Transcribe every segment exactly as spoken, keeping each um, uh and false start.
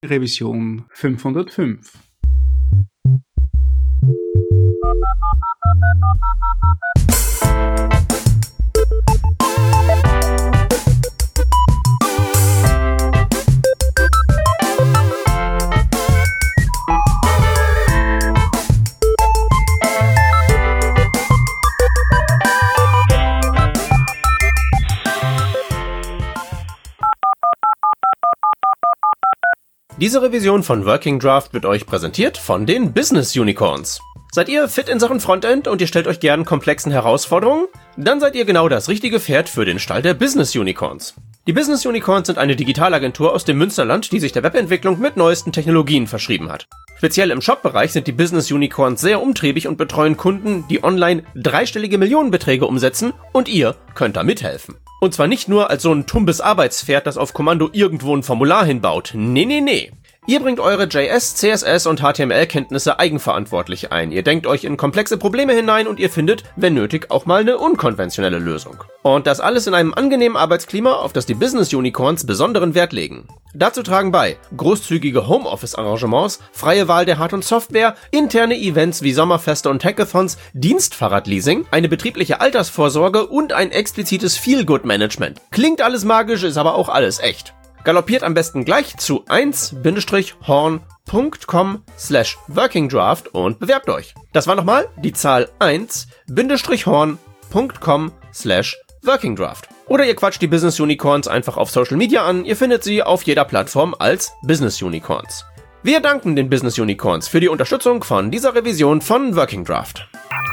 Revision fünfhundertfünf. Diese Revision von Working Draft wird euch präsentiert von den Business Unicorns. Seid ihr fit in Sachen Frontend und ihr stellt euch gern komplexen Herausforderungen? Dann seid ihr genau das richtige Pferd für den Stall der Business Unicorns. Die Business Unicorns sind eine Digitalagentur aus dem Münsterland, die sich der Webentwicklung mit neuesten Technologien verschrieben hat. Speziell im Shop-Bereich sind die Business Unicorns sehr umtriebig und betreuen Kunden, die online dreistellige Millionenbeträge umsetzen, und ihr könnt da mithelfen. Und zwar nicht nur als so ein tumbes Arbeitspferd, das auf Kommando irgendwo ein Formular hinbaut. Nee, nee, nee. Ihr bringt eure J S, C S S und H T M L-Kenntnisse eigenverantwortlich ein. Ihr denkt euch in komplexe Probleme hinein und ihr findet, wenn nötig, auch mal eine unkonventionelle Lösung. Und das alles in einem angenehmen Arbeitsklima, auf das die Business Unicorns besonderen Wert legen. Dazu tragen bei großzügige Homeoffice-Arrangements, freie Wahl der Hard- und Software, interne Events wie Sommerfeste und Hackathons, Dienstfahrradleasing, eine betriebliche Altersvorsorge und ein explizites Feel-Good-Management. Klingt alles magisch, ist aber auch alles echt. Galoppiert am besten gleich zu eins horn punkt com slash workingdraft und bewerbt euch. Das war nochmal die Zahl eins horn punkt com slash workingdraft. Oder ihr quatscht die Business Unicorns einfach auf Social Media an. Ihr findet sie auf jeder Plattform als Business Unicorns. Wir danken den Business Unicorns für die Unterstützung von dieser Revision von Working Draft.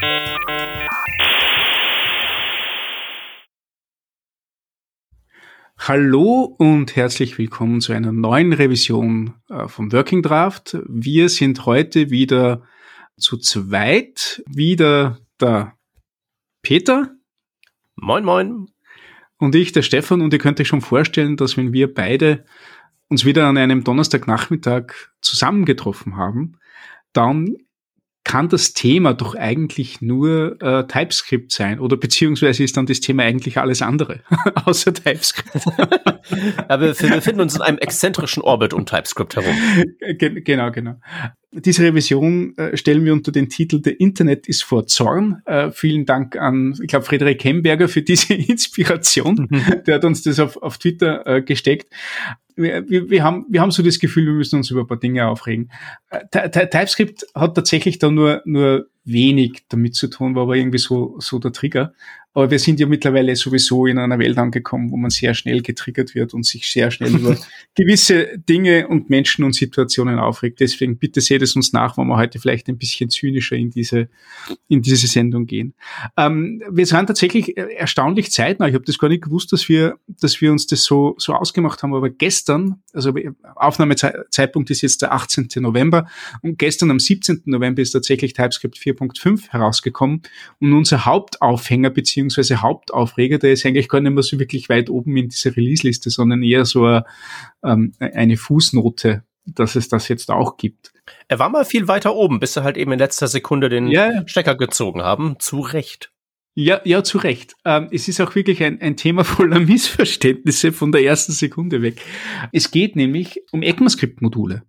Hallo und herzlich willkommen zu einer neuen Revision äh, vom Working Draft. Wir sind heute wieder zu zweit. Wieder der Peter. Moin, moin. Und ich, der Stefan. Und ihr könnt euch schon vorstellen, dass wenn wir beide uns wieder an einem Donnerstagnachmittag zusammengetroffen haben, dann kann das Thema doch eigentlich nur äh, TypeScript sein, oder beziehungsweise ist dann das Thema eigentlich alles andere, außer TypeScript. Ja, wir, wir befinden uns in einem exzentrischen Orbit um TypeScript herum. Ge- genau, genau. Diese Revision äh, stellen wir unter den Titel The Internet is for Zorn. Äh, vielen Dank an, ich glaube, Frederik Hemberger für diese Inspiration. Mhm. Der hat uns das auf, auf Twitter äh, gesteckt. Wir, wir, wir, haben, wir haben so das Gefühl, wir müssen uns über ein paar Dinge aufregen. T- T- TypeScript hat tatsächlich da nur, nur wenig damit zu tun, war aber irgendwie so, so der Trigger. Aber wir sind ja mittlerweile sowieso in einer Welt angekommen, wo man sehr schnell getriggert wird und sich sehr schnell über gewisse Dinge und Menschen und Situationen aufregt. Deswegen bitte seht es uns nach, wenn wir heute vielleicht ein bisschen zynischer in diese, in diese Sendung gehen. Ähm, wir sind tatsächlich erstaunlich zeitnah. Ich habe das gar nicht gewusst, dass wir, dass wir uns das so, so ausgemacht haben. Aber gestern, also Aufnahmezeitpunkt ist jetzt der achtzehnten November, und gestern am siebzehnten November ist tatsächlich TypeScript vier Punkt fünf herausgekommen, und unser Hauptaufhänger beziehungsweise Hauptaufreger, der ist eigentlich gar nicht mehr so wirklich weit oben in dieser Release-Liste, sondern eher so eine, ähm, eine Fußnote, dass es das jetzt auch gibt. Er war mal viel weiter oben, bis sie halt eben in letzter Sekunde den ja. Stecker gezogen haben. Zu Recht. Ja, ja, zu Recht. Ähm, es ist auch wirklich ein, ein Thema voller Missverständnisse von der ersten Sekunde weg. Es geht nämlich um ECMAScript-Module.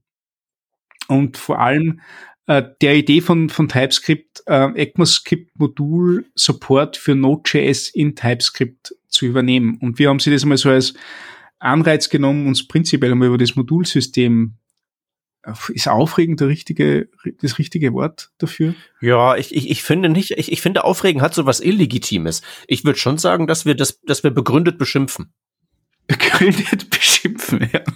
Und vor allem äh, der Idee von, von TypeScript, äh, ECMAScript-Modul-Support für Node.js in TypeScript zu übernehmen. Und wir haben sie das mal so als Anreiz genommen, uns prinzipiell einmal über das Modulsystem, ist aufregend der richtige, das richtige Wort dafür? Ja, ich, ich, ich finde nicht, ich, ich finde aufregend hat so was Illegitimes. Ich würde schon sagen, dass wir das, dass wir begründet beschimpfen. Begründet beschimpfen, ja.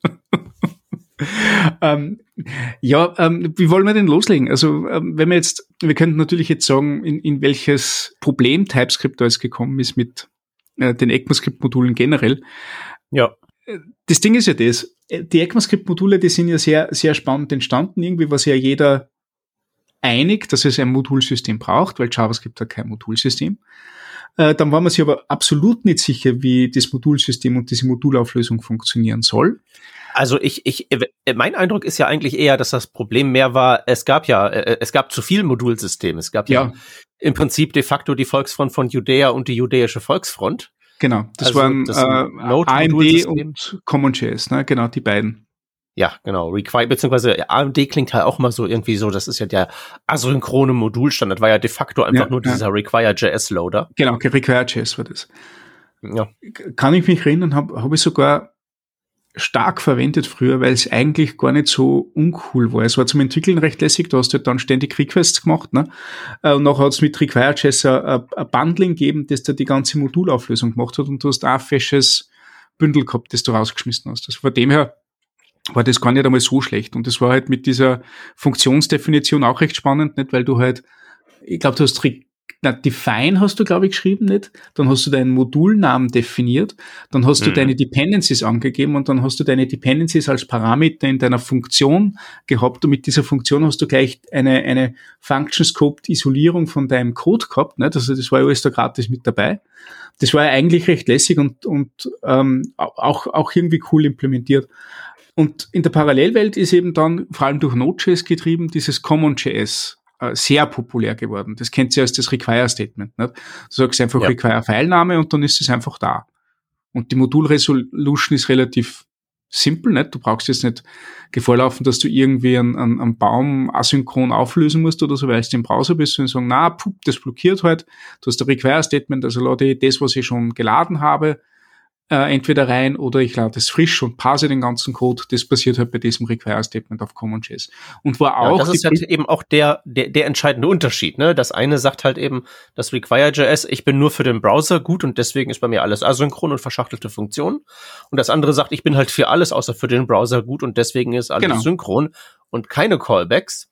ähm, ja, ähm, wie wollen wir denn loslegen? Also, ähm, wenn wir jetzt, wir könnten natürlich jetzt sagen, in, in welches Problem TypeScript da jetzt gekommen ist mit äh, den ECMAScript-Modulen generell. Ja. Das Ding ist ja das, die ECMAScript-Module, die sind ja sehr, sehr spannend entstanden. Irgendwie war sich ja jeder einig, dass es ein Modulsystem braucht, weil JavaScript hat kein Modulsystem. Äh, dann war man sich aber absolut nicht sicher, wie das Modulsystem und diese Modulauflösung funktionieren soll. Also ich, ich, mein Eindruck ist ja eigentlich eher, dass das Problem mehr war, es gab ja, es gab zu viel Modulsystem. Es gab ja, ja im Prinzip de facto die Volksfront von Judäa und die Judäische Volksfront. Genau, das also waren das äh, A M D und CommonJS, ne? Genau, die beiden. Ja, genau. Require, beziehungsweise A M D klingt halt auch immer so irgendwie so, das ist ja der asynchrone Modulstandard, war ja de facto einfach ja, nur dieser ja. Require.js-Loader. Genau, okay, Require.js war das. Ja. Kann ich mich erinnern, habe hab ich sogar stark verwendet früher, weil es eigentlich gar nicht so uncool war. Es war zum Entwickeln recht lässig, du hast halt dann ständig Requests gemacht, ne? Und nachher hat es mit Require.js ein Bundling gegeben, das da die ganze Modulauflösung gemacht hat und du hast auch ein fesches Bündel gehabt, das du rausgeschmissen hast. Also von dem her war das gar nicht einmal so schlecht. Und das war halt mit dieser Funktionsdefinition auch recht spannend, nicht? Weil du halt, ich glaube, du hast na, Define hast du, glaube ich, geschrieben, nicht? Dann hast du deinen Modulnamen definiert, dann hast mhm. du deine Dependencies angegeben und dann hast du deine Dependencies als Parameter in deiner Funktion gehabt und mit dieser Funktion hast du gleich eine, eine Function-Scoped-Isolierung von deinem Code gehabt, nicht? Also das war ja alles da gratis mit dabei. Das war ja eigentlich recht lässig und, und ähm, auch, auch irgendwie cool implementiert. Und in der Parallelwelt ist eben dann, vor allem durch Node.js getrieben, dieses CommonJS äh, sehr populär geworden. Das kennt ihr als das Require-Statement. Nicht? Du sagst einfach ja. Require-Filename und dann ist es einfach da. Und die Modul-Resolution ist relativ simpel. Nicht? Du brauchst jetzt nicht Gefahr laufen, dass du irgendwie einen, einen, einen Baum asynchron auflösen musst oder so, weil du im Browser bist und sagen, na, pup, das blockiert halt. Du hast ein Require-Statement, also lade ich das, was ich schon geladen habe, Äh, entweder rein oder ich lade es frisch und parse den ganzen Code. Das passiert halt bei diesem Require-Statement auf CommonJS. Und war auch... Ja, das ist halt eben auch der, der, der entscheidende Unterschied, ne? Das eine sagt halt eben, das Require.js, ich bin nur für den Browser gut und deswegen ist bei mir alles asynchron und verschachtelte Funktionen. Und das andere sagt, ich bin halt für alles außer für den Browser gut und deswegen ist alles genau. synchron und keine Callbacks.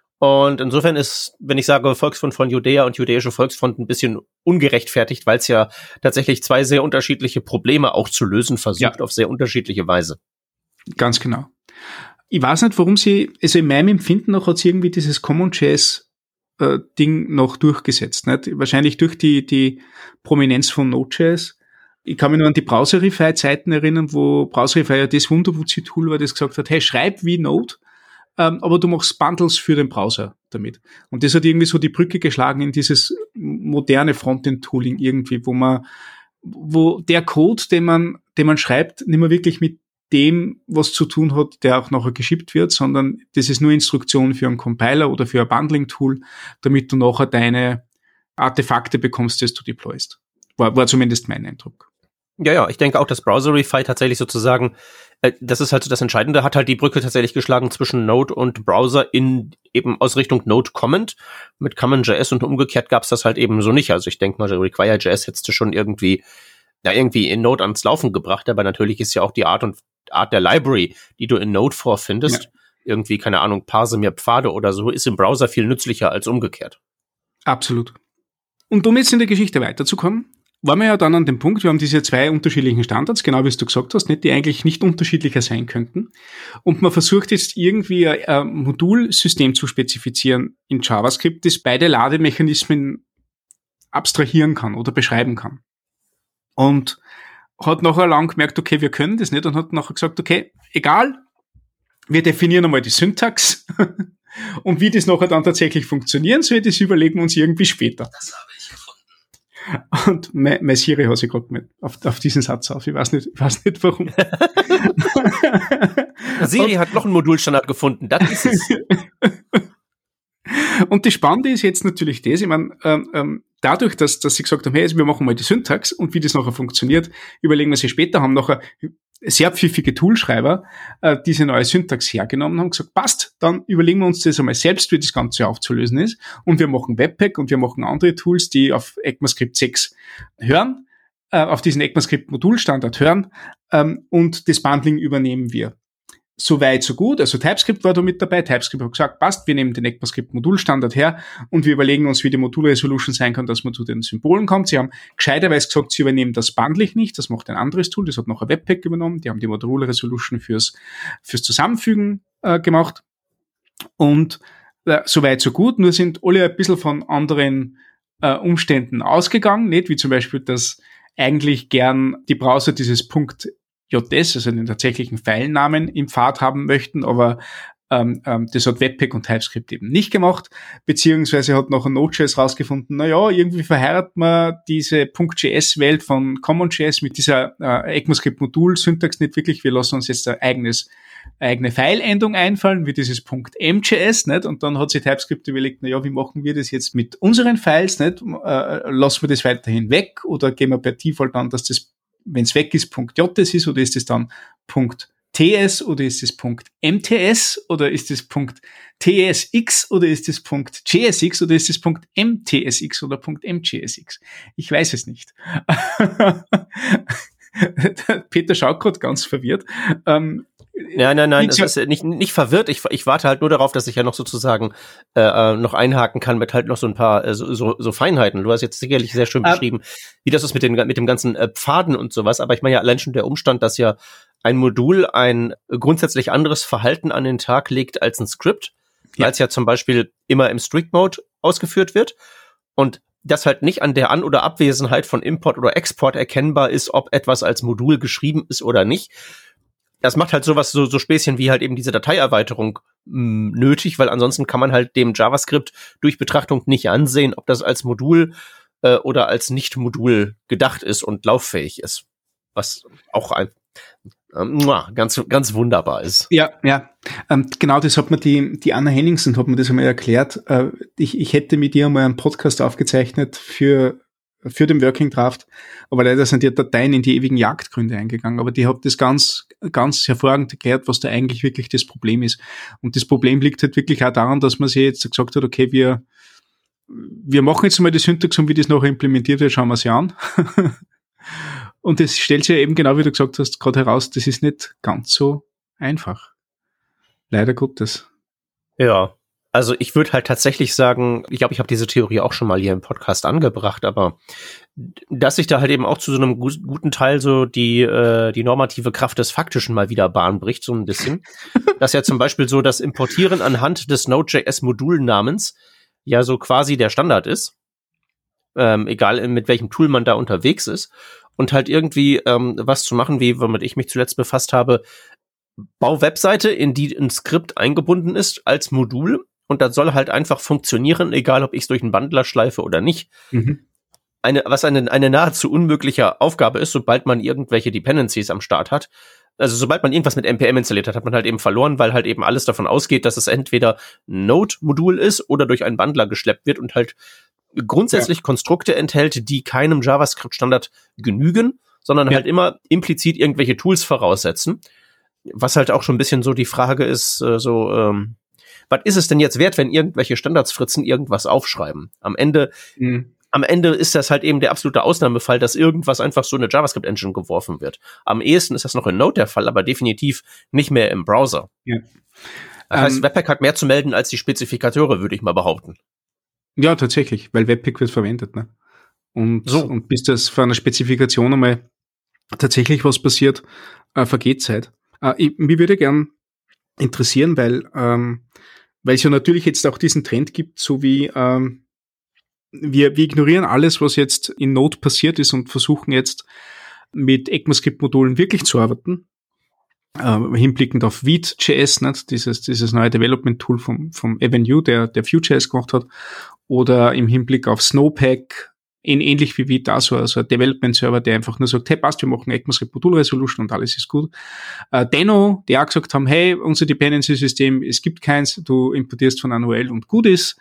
Und insofern ist, wenn ich sage Volksfront von Judäa und Judäische Volksfront ein bisschen ungerechtfertigt, weil es ja tatsächlich zwei sehr unterschiedliche Probleme auch zu lösen versucht, ja. auf sehr unterschiedliche Weise. Ganz genau. Ich weiß nicht, warum sie, also in meinem Empfinden noch hat sie irgendwie dieses CommonJS äh, Ding noch durchgesetzt. Nicht? Wahrscheinlich durch die, die Prominenz von Node.js. Ich kann mich nur an die Browserify-Zeiten erinnern, wo Browserify ja das Wunderwuzzi-Tool war, das gesagt hat, hey, schreib wie Node, Ähm, aber du machst Bundles für den Browser damit. Und das hat irgendwie so die Brücke geschlagen in dieses moderne Frontend-Tooling irgendwie, wo man, wo der Code, den man, den man schreibt, nicht mehr wirklich mit dem was zu tun hat, der auch nachher geschippt wird, sondern das ist nur Instruktion für einen Compiler oder für ein Bundling-Tool, damit du nachher deine Artefakte bekommst, das du deployst. War, war zumindest mein Eindruck. Ja, ja, ich denke auch, dass Browserify tatsächlich sozusagen, äh, das ist halt so das Entscheidende, hat halt die Brücke tatsächlich geschlagen zwischen Node und Browser in eben aus Richtung Node Comment. Mit CommonJS und umgekehrt gab's das halt eben so nicht. Also ich denke mal, Require.js hättest du schon irgendwie, ja, irgendwie in Node ans Laufen gebracht, aber natürlich ist ja auch die Art und Art der Library, die du in Node vorfindest, ja. irgendwie, keine Ahnung, parse mir Pfade oder so, ist im Browser viel nützlicher als umgekehrt. Absolut. Und um jetzt in der Geschichte weiterzukommen, waren wir ja dann an dem Punkt, wir haben diese zwei unterschiedlichen Standards, genau wie du gesagt hast, nicht, die eigentlich nicht unterschiedlicher sein könnten. Und man versucht jetzt irgendwie ein, ein Modulsystem zu spezifizieren in JavaScript, das beide Lademechanismen abstrahieren kann oder beschreiben kann. Und hat nachher lang gemerkt, okay, wir können das nicht und hat nachher gesagt, okay, egal, wir definieren einmal die Syntax und wie das nachher dann tatsächlich funktionieren soll, das überlegen wir uns irgendwie später. Das habe ich gefunden. Und mein, mein Siri hat sich gerade mit auf, auf diesen Satz auf. Ich weiß nicht, ich weiß nicht warum. Siri und, hat noch einen Modulstandard gefunden. Das ist es. Und das Spannende ist jetzt natürlich das, ich meine, ähm, dadurch, dass, dass sie gesagt haben, hey, also wir machen mal die Syntax und wie das nachher funktioniert, überlegen wir sie später, haben nachher sehr pfiffige Toolschreiber äh, diese neue Syntax hergenommen und haben gesagt, passt, dann überlegen wir uns das einmal selbst, wie das Ganze aufzulösen ist. Und wir machen Webpack und wir machen andere Tools, die auf ECMAScript sechs hören, äh, auf diesen ECMAScript-Modulstandard hören ähm, und das Bundling übernehmen wir. So weit, so gut. Also TypeScript war da mit dabei. TypeScript hat gesagt, passt, wir nehmen den ECMAScript-Modulstandard her und wir überlegen uns, wie die Modulresolution sein kann, dass man zu den Symbolen kommt. Sie haben gescheiterweise gesagt, sie übernehmen das Bundling nicht. Das macht ein anderes Tool. Das hat noch ein Webpack übernommen. Die haben die Modulresolution fürs, fürs Zusammenfügen äh, gemacht. Und äh, so weit, so gut. Nur sind alle ein bisschen von anderen äh, Umständen ausgegangen. Nicht wie zum Beispiel, dass eigentlich gern die Browser dieses Punkt J S, also den tatsächlichen Filenamen im Pfad haben möchten, aber ähm, ähm, das hat Webpack und TypeScript eben nicht gemacht, beziehungsweise hat noch ein Node.js rausgefunden, na ja, irgendwie verheiratet man diese .js-Welt von CommonJS mit dieser äh, ECMAScript-Modul-Syntax nicht wirklich, wir lassen uns jetzt ein eigenes eigene File-Endung einfallen, wie dieses .mjs, nicht? Und dann hat sich TypeScript überlegt, na ja, wie machen wir das jetzt mit unseren Files, nicht? Äh, lassen wir das weiterhin weg oder gehen wir per Default an, dass das, wenn es weg ist, .js ist, oder ist es dann .ts oder ist es .mts oder ist es .tsx oder ist es .jsx oder ist es .mtsx oder .mgsx? Ich weiß es nicht. Peter schaut gerade ganz verwirrt. Ähm, Nein, nein, nein, es ist nicht, nicht verwirrt. Ich, ich warte halt nur darauf, dass ich ja noch sozusagen äh, noch einhaken kann mit halt noch so ein paar äh, so, so, so Feinheiten. Du hast jetzt sicherlich sehr schön beschrieben, wie das ist mit, den, mit dem ganzen äh, Pfaden und sowas. Aber ich meine ja allein schon der Umstand, dass ja ein Modul ein grundsätzlich anderes Verhalten an den Tag legt als ein Skript, ja. Weil es ja zum Beispiel immer im Strict-Mode ausgeführt wird und das halt nicht an der An- oder Abwesenheit von Import oder Export erkennbar ist, ob etwas als Modul geschrieben ist oder nicht. Das macht halt sowas, so, so Späßchen wie halt eben diese Dateierweiterung mh, nötig, weil ansonsten kann man halt dem JavaScript durch Betrachtung nicht ansehen, ob das als Modul äh, oder als Nicht-Modul gedacht ist und lauffähig ist. Was auch ein ähm, ganz, ganz wunderbar ist. Ja, ja. Ähm, genau, das hat mir die, die Anna Henningsen hat mir das einmal erklärt. Äh, ich, ich hätte mit ihr mal einen Podcast aufgezeichnet für für den Working Draft, aber leider sind die Dateien in die ewigen Jagdgründe eingegangen, aber die hat das ganz, ganz hervorragend erklärt, was da eigentlich wirklich das Problem ist. Und das Problem liegt halt wirklich auch daran, dass man sich jetzt gesagt hat, okay, wir, wir machen jetzt mal die Syntax und wie das nachher implementiert wird, schauen wir es ja an. Und das stellt sich ja eben genau, wie du gesagt hast, gerade heraus, das ist nicht ganz so einfach. Leider Gottes. Ja. Also ich würde halt tatsächlich sagen, ich glaube, ich habe diese Theorie auch schon mal hier im Podcast angebracht, aber dass sich da halt eben auch zu so einem gu- guten Teil so die äh, die normative Kraft des Faktischen mal wieder Bahn bricht, so ein bisschen. Dass ja zum Beispiel so das Importieren anhand des Node.js-Modulnamens ja so quasi der Standard ist, ähm, egal mit welchem Tool man da unterwegs ist. Und halt irgendwie ähm, was zu machen, wie womit ich mich zuletzt befasst habe, bau Webseite, in die ein Skript eingebunden ist als Modul. Und das soll halt einfach funktionieren, egal ob ich es durch einen Bundler schleife oder nicht. Mhm. Eine, was eine, eine nahezu unmögliche Aufgabe ist, sobald man irgendwelche Dependencies am Start hat. Also sobald man irgendwas mit N P M installiert hat, hat man halt eben verloren, weil halt eben alles davon ausgeht, dass es entweder ein Node-Modul ist oder durch einen Bundler geschleppt wird und halt grundsätzlich ja. Konstrukte enthält, die keinem JavaScript-Standard genügen, sondern ja. halt immer implizit irgendwelche Tools voraussetzen. Was halt auch schon ein bisschen so die Frage ist, äh, so, ähm, was ist es denn jetzt wert, wenn irgendwelche Standardsfritzen irgendwas aufschreiben? Am Ende, mhm. am Ende ist das halt eben der absolute Ausnahmefall, dass irgendwas einfach so in eine JavaScript-Engine geworfen wird. Am ehesten ist das noch in Node der Fall, aber definitiv nicht mehr im Browser. Ja. Das heißt, ähm, Webpack hat mehr zu melden als die Spezifikateure, würde ich mal behaupten. Ja, tatsächlich, weil Webpack wird verwendet, ne? Und, so. und bis das für eine Spezifikation einmal tatsächlich was passiert, äh, vergeht Zeit. Äh, ich, mich würde gern interessieren, weil ähm, weil es ja natürlich jetzt auch diesen Trend gibt, so wie ähm, wir, wir ignorieren alles, was jetzt in Node passiert ist und versuchen jetzt mit ECMAScript-Modulen wirklich zu arbeiten, äh, hinblickend auf Vite.js, nicht? Dieses, dieses neue Development-Tool vom, vom Avenue, der, der Vue.js gemacht hat, oder im Hinblick auf Snowpack, in, ähnlich wie Vite, so also ein Development-Server, der einfach nur sagt, hey, passt, wir machen ECMAScript-Modul-Resolution und alles ist gut. Äh, Deno, die auch gesagt haben, hey, unser Dependency-System, es gibt keins, du importierst von Anuel und gut ist.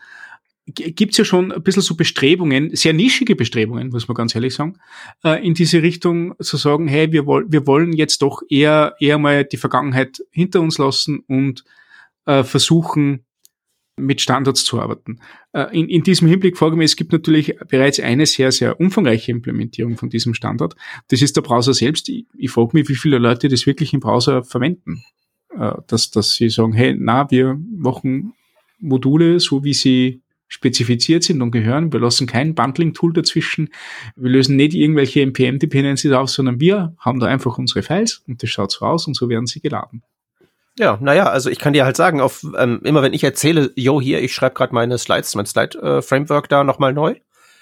G- gibt's ja schon ein bisschen so Bestrebungen, sehr nischige Bestrebungen, muss man ganz ehrlich sagen, äh, in diese Richtung zu sagen, hey, wir, woll- wir wollen jetzt doch eher, eher mal die Vergangenheit hinter uns lassen und äh, versuchen, mit Standards zu arbeiten. In, in diesem Hinblick frage ich mich, es gibt natürlich bereits eine sehr, sehr umfangreiche Implementierung von diesem Standard. Das ist der Browser selbst. Ich, ich frage mich, wie viele Leute das wirklich im Browser verwenden. Dass, dass sie sagen, hey, na, wir machen Module, so wie sie spezifiziert sind und gehören. Wir lassen kein Bundling-Tool dazwischen. Wir lösen nicht irgendwelche N P M-Dependencies auf, sondern wir haben da einfach unsere Files und das schaut so aus und so werden sie geladen. Ja, naja, also ich kann dir halt sagen, auf ähm, immer wenn ich erzähle, yo, hier, ich schreibe gerade meine Slides, mein Slide-Framework äh, da nochmal neu.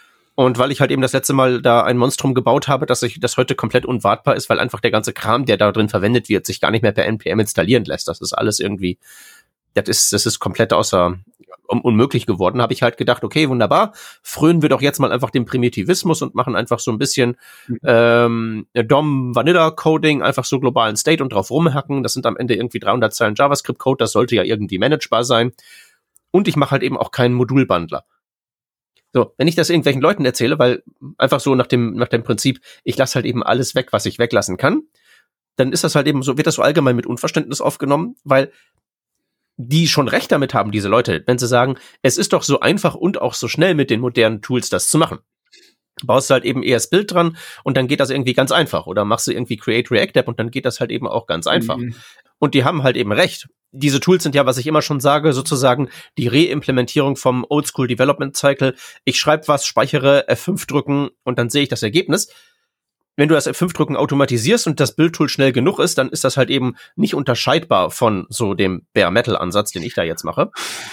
Und weil ich halt eben das letzte Mal da ein Monstrum gebaut habe, dass ich das heute komplett unwartbar ist, weil einfach der ganze Kram, der da drin verwendet wird, sich gar nicht mehr per N P M installieren lässt. Das ist alles irgendwie, das ist, das ist komplett außer, un- unmöglich geworden. Habe ich halt gedacht, okay, wunderbar, frönen wir doch jetzt mal einfach dem Primitivismus und machen einfach so ein bisschen mhm. ähm, D O M-Vanilla-Coding, einfach so globalen State und drauf rumhacken. Das sind am Ende irgendwie dreihundert Zeilen JavaScript-Code, das sollte ja irgendwie managebar sein. Und ich mache halt eben auch keinen Modulbundler. So, wenn ich das irgendwelchen Leuten erzähle, weil einfach so nach dem nach dem Prinzip, ich lasse halt eben alles weg, was ich weglassen kann, dann ist das halt eben so, wird das so allgemein mit Unverständnis aufgenommen, weil die schon recht damit haben, diese Leute, wenn sie sagen, es ist doch so einfach und auch so schnell mit den modernen Tools, das zu machen. Baust du halt eben eher das Bild dran und dann geht das irgendwie ganz einfach. Oder machst du irgendwie Create React App und dann geht das halt eben auch ganz einfach. Mhm. Und die haben halt eben recht. Diese Tools sind ja, was ich immer schon sage, sozusagen die Reimplementierung vom Oldschool Development Cycle. Ich schreibe was, speichere, F fünf drücken und dann sehe ich das Ergebnis. Wenn du das F fünf drücken automatisierst und das Bildtool schnell genug ist, dann ist das halt eben nicht unterscheidbar von so dem Bare Metal Ansatz, den ich da jetzt mache.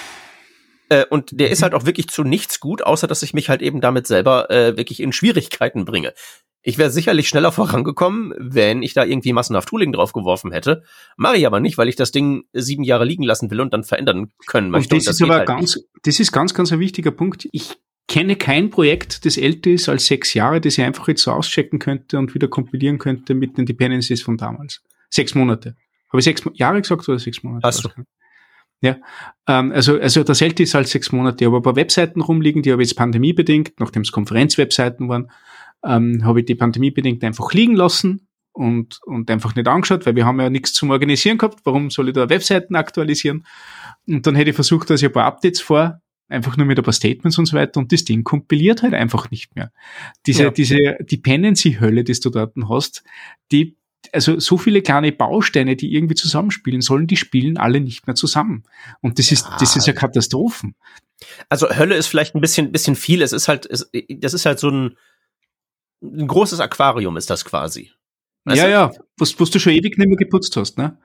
Äh, und der ist halt auch wirklich zu nichts gut, außer dass ich mich halt eben damit selber äh, wirklich in Schwierigkeiten bringe. Ich wäre sicherlich schneller vorangekommen, wenn ich da irgendwie massenhaft Tooling draufgeworfen hätte. Mache ich aber nicht, weil ich das Ding sieben Jahre liegen lassen will und dann verändern können möchte. Und das, und das ist aber halt ganz, nicht. das ist ganz, ganz ein wichtiger Punkt. Ich kenne kein Projekt, das älter ist als sechs Jahre, das ich einfach jetzt so auschecken könnte und wieder kompilieren könnte mit den Dependencies von damals. Sechs Monate. Habe ich sechs Jahre gesagt oder sechs Monate? Hast du. Ja, ähm, also, also das älter ist als sechs Monate. Aber ein paar Webseiten rumliegen, die habe ich jetzt pandemiebedingt, nachdem es Konferenzwebseiten waren, ähm, habe ich die pandemiebedingt einfach liegen lassen und, und einfach nicht angeschaut, weil wir haben ja nichts zum Organisieren gehabt. Warum soll ich da Webseiten aktualisieren? Und dann hätte ich versucht, dass ich ein paar Updates vor, einfach nur mit ein paar Statements und so weiter, und das Ding kompiliert halt einfach nicht mehr. Diese, ja. diese Dependency-Hölle, die du dort hast, die, also so viele kleine Bausteine, die irgendwie zusammenspielen sollen, die spielen alle nicht mehr zusammen. Und das ist, ja. das ist ja Katastrophen. Also Hölle ist vielleicht ein bisschen, bisschen viel. Es ist halt, es, das ist halt so ein, ein großes Aquarium ist das quasi. Weißt ja, du? ja, was, was du schon ewig nicht mehr geputzt hast, ne?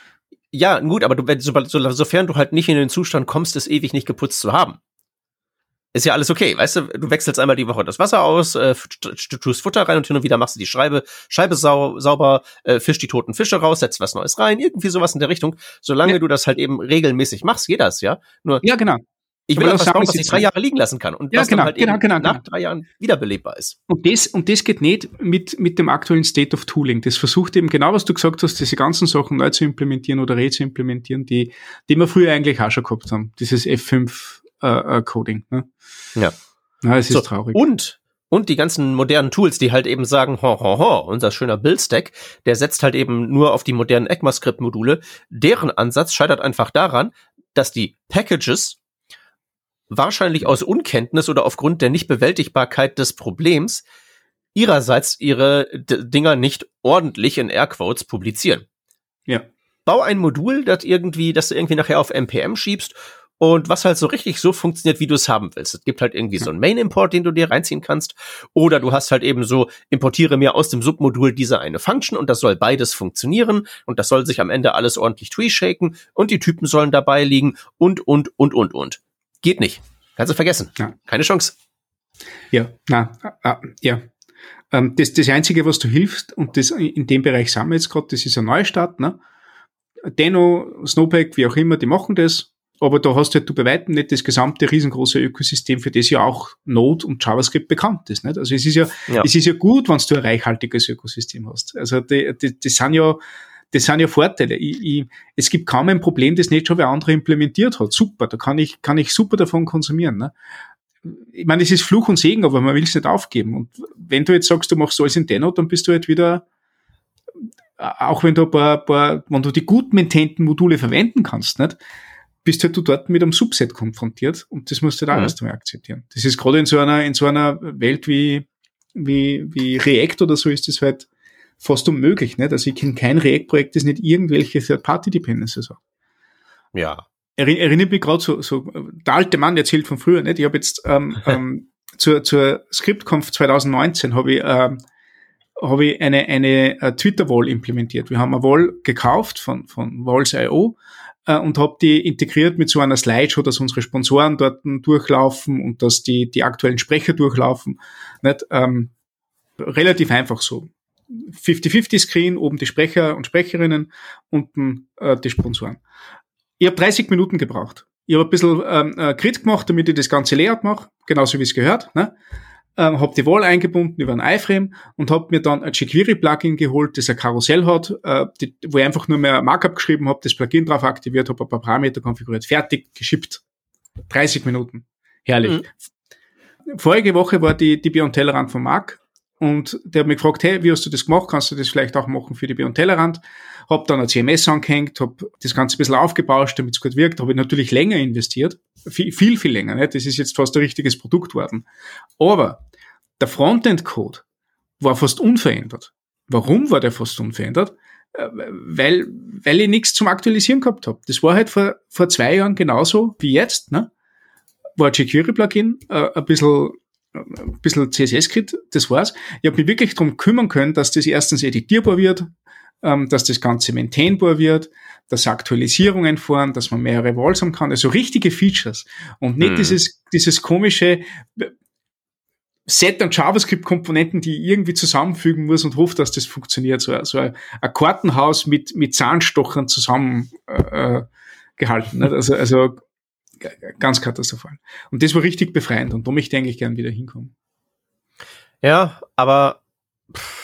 Ja, gut, aber du, wenn, so, so, sofern du halt nicht in den Zustand kommst, es ewig nicht geputzt zu haben, ist ja alles okay, weißt du? Du wechselst einmal die Woche das Wasser aus, äh, du tust Futter rein und hin und wieder machst du die Scheibe, Scheibe sau, sauber, äh, fischst die toten Fische raus, setzt was Neues rein, irgendwie sowas in der Richtung. Solange ja. du das halt eben regelmäßig machst, geht das, ja? Nur ja, genau. Ich will etwas bauen, was ich drei Jahre liegen lassen kann und ja, was genau, dann halt genau, eben genau, nach genau. drei Jahren wiederbelebbar ist. Und das, und das geht nicht mit, mit dem aktuellen State of Tooling. Das versucht eben genau, was du gesagt hast, diese ganzen Sachen neu zu implementieren oder re zu implementieren, die, die wir früher eigentlich auch schon gehabt haben. Dieses F fünf äh, Coding. Ne? Ja. Ja, es ist so, traurig. Und, und die ganzen modernen Tools, die halt eben sagen, ho, ho, ho, unser schöner Build-Stack, der setzt halt eben nur auf die modernen ECMAScript-Module. Deren Ansatz scheitert einfach daran, dass die Packages wahrscheinlich aus Unkenntnis oder aufgrund der Nichtbewältigbarkeit des Problems ihrerseits ihre D- Dinger nicht ordentlich in Airquotes publizieren. Ja. Bau ein Modul, das irgendwie, das du irgendwie nachher auf N P M schiebst und was halt so richtig so funktioniert, wie du es haben willst. Es gibt halt irgendwie ja. so einen Main-Import, den du dir reinziehen kannst, oder du hast halt eben so, importiere mir aus dem Submodul diese eine Function und das soll beides funktionieren und das soll sich am Ende alles ordentlich tree-shaken und die Typen sollen dabei liegen und, und, und, und, und. Geht nicht. Kannst du vergessen. Ja. Keine Chance. Ja, na, ah, ja. Ähm, das, das Einzige, was du hilfst, und das in dem Bereich sind wir jetzt gerade, das ist ein Neustart, ne? Deno, Snowpack, wie auch immer, die machen das, aber da hast du halt du bei weitem nicht das gesamte riesengroße Ökosystem, für das ja auch Node und JavaScript bekannt ist, nicht? Also es ist ja, ja. es ist ja gut, wenn du ein reichhaltiges Ökosystem hast. Also die, die, die sind ja, Das sind ja Vorteile. Ich, ich, es gibt kaum ein Problem, das nicht schon wer andere implementiert hat. Super, da kann ich, kann ich super davon konsumieren. Ne? Ich meine, es ist Fluch und Segen, aber man will es nicht aufgeben. Und wenn du jetzt sagst, du machst alles in Deno, dann bist du halt wieder, auch wenn du ein paar, paar wenn du die gut maintainten Module verwenden kannst, nicht, bist halt du dort mit einem Subset konfrontiert und das musst du halt auch erst einmal akzeptieren. Das ist gerade in so einer, in so einer Welt wie, wie, wie React oder so ist das halt fast unmöglich, nicht? Also ich kenne kein React-Projekt, das nicht irgendwelche Third-Party-Dependencies hat. Ja. Erinner, erinnert mich gerade so, so, der alte Mann, der erzählt von früher, nicht? Ich habe jetzt ähm, ähm, zur, zur ScriptConf zwanzig neunzehn habe ich, ähm, habe ich eine, eine uh, Twitter-Wall implementiert. Wir haben eine Wall gekauft von, von Walls Punkt io äh, und habe die integriert mit so einer Slideshow, dass unsere Sponsoren dort durchlaufen und dass die, die aktuellen Sprecher durchlaufen. Nicht? Ähm, relativ einfach so. fünfzig fünfzig Screen, oben die Sprecher und Sprecherinnen, unten äh, die Sponsoren. Ich habe dreißig Minuten gebraucht. ich habe ein bisschen ähm, Grid gemacht, damit ich das ganze Layout mache, genauso wie es gehört, ne? Ähm, habe die Wall eingebunden über ein iFrame und habe mir dann ein jQuery-Plugin geholt, das ein Karussell hat, äh, die, wo ich einfach nur mehr ein Markup geschrieben habe, das Plugin drauf aktiviert, habe ein paar Parameter konfiguriert, fertig, geschippt. dreißig Minuten. Herrlich. Mhm. Vorige Woche war die, die Beyond Tellerrand von Marc und der hat mich gefragt, hey, wie hast du das gemacht? Kannst du das vielleicht auch machen für die Beyond Tellerrand? Hab dann ein C M S angehängt, hab das Ganze ein bisschen aufgebauscht, damit es gut wirkt, habe ich natürlich länger investiert. Viel, viel, viel länger. Ne? Das ist jetzt fast ein richtiges Produkt worden. Aber der Frontend-Code war fast unverändert. Warum war der fast unverändert? Weil, weil ich nichts zum Aktualisieren gehabt habe. Das war halt vor, vor zwei Jahren genauso wie jetzt. Ne? War ein jQuery-Plugin, äh, ein bisschen, ein bisschen C S S-Kit, das war's. Ich habe mich wirklich darum kümmern können, dass das erstens editierbar wird, ähm, dass das Ganze maintainbar wird, dass Aktualisierungen fahren, dass man mehrere Walls haben kann, also richtige Features und nicht hm. dieses, dieses komische Set an JavaScript-Komponenten, die ich irgendwie zusammenfügen muss und hoffe, dass das funktioniert. So, so ein, ein Kartenhaus mit, mit Zahnstochern zusammen äh, gehalten. Nicht? Also, also ganz katastrophal. Und das war richtig befreiend und da möchte ich eigentlich gern wieder hinkommen. Ja, aber pff.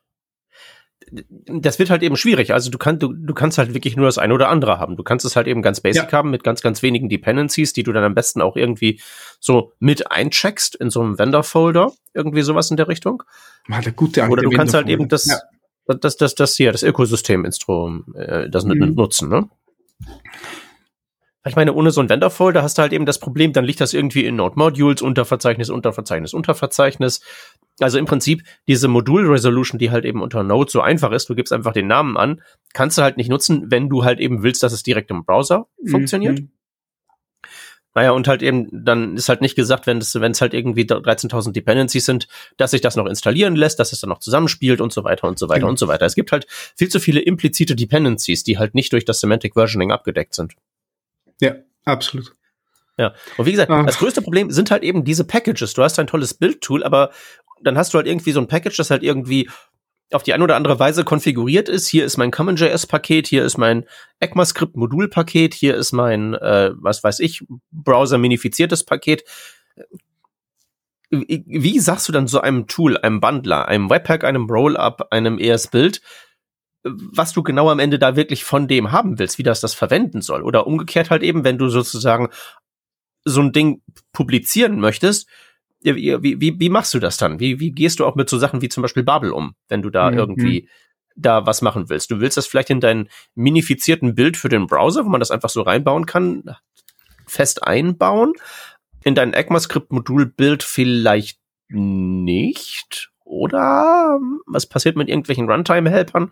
Das wird halt eben schwierig. Also du kannst, du, du kannst halt wirklich nur das eine oder andere haben. Du kannst es halt eben ganz basic ja. haben mit ganz, ganz wenigen Dependencies, die du dann am besten auch irgendwie so mit eincheckst in so einem Vendor-Folder. Irgendwie sowas in der Richtung. Mal der gute Oder du kannst halt eben das, ja. das, das, das, das hier, das Ökosystem-Instrum, äh, das mhm. nutzen, ne? Ich meine, ohne so ein Vendor-Folder hast du halt eben das Problem, dann liegt das irgendwie in Node-Modules, Unterverzeichnis, Unterverzeichnis, Unterverzeichnis. Also im Prinzip diese Modul-Resolution, die halt eben unter Node so einfach ist, du gibst einfach den Namen an, kannst du halt nicht nutzen, wenn du halt eben willst, dass es direkt im Browser mhm. funktioniert. Naja, und halt eben, dann ist halt nicht gesagt, wenn es wenn es halt irgendwie dreizehntausend Dependencies sind, dass sich das noch installieren lässt, dass es dann noch zusammenspielt und so weiter und so weiter mhm. und so weiter. Es gibt halt viel zu viele implizite Dependencies, die halt nicht durch das Semantic Versioning abgedeckt sind. Ja, absolut. Ja, und wie gesagt, Ach. das größte Problem sind halt eben diese Packages. Du hast ein tolles Build-Tool, aber dann hast du halt irgendwie so ein Package, das halt irgendwie auf die eine oder andere Weise konfiguriert ist. Hier ist mein CommonJS-Paket, hier ist mein ECMAScript-Modul-Paket, hier ist mein, äh, was weiß ich, Browser-minifiziertes Paket. Wie, wie sagst du dann so einem Tool, einem Bundler, einem Webpack, einem Rollup, einem E S-Build, was du genau am Ende da wirklich von dem haben willst, wie das das verwenden soll? Oder umgekehrt halt eben, wenn du sozusagen so ein Ding publizieren möchtest, wie, wie, wie machst du das dann? Wie, wie gehst du auch mit so Sachen wie zum Beispiel Babel um, wenn du da mhm. irgendwie da was machen willst? Du willst das vielleicht in deinen minifizierten Bild für den Browser, wo man das einfach so reinbauen kann, fest einbauen? In dein ECMAScript-Modul-Bild vielleicht nicht? Oder was passiert mit irgendwelchen Runtime-Helpern?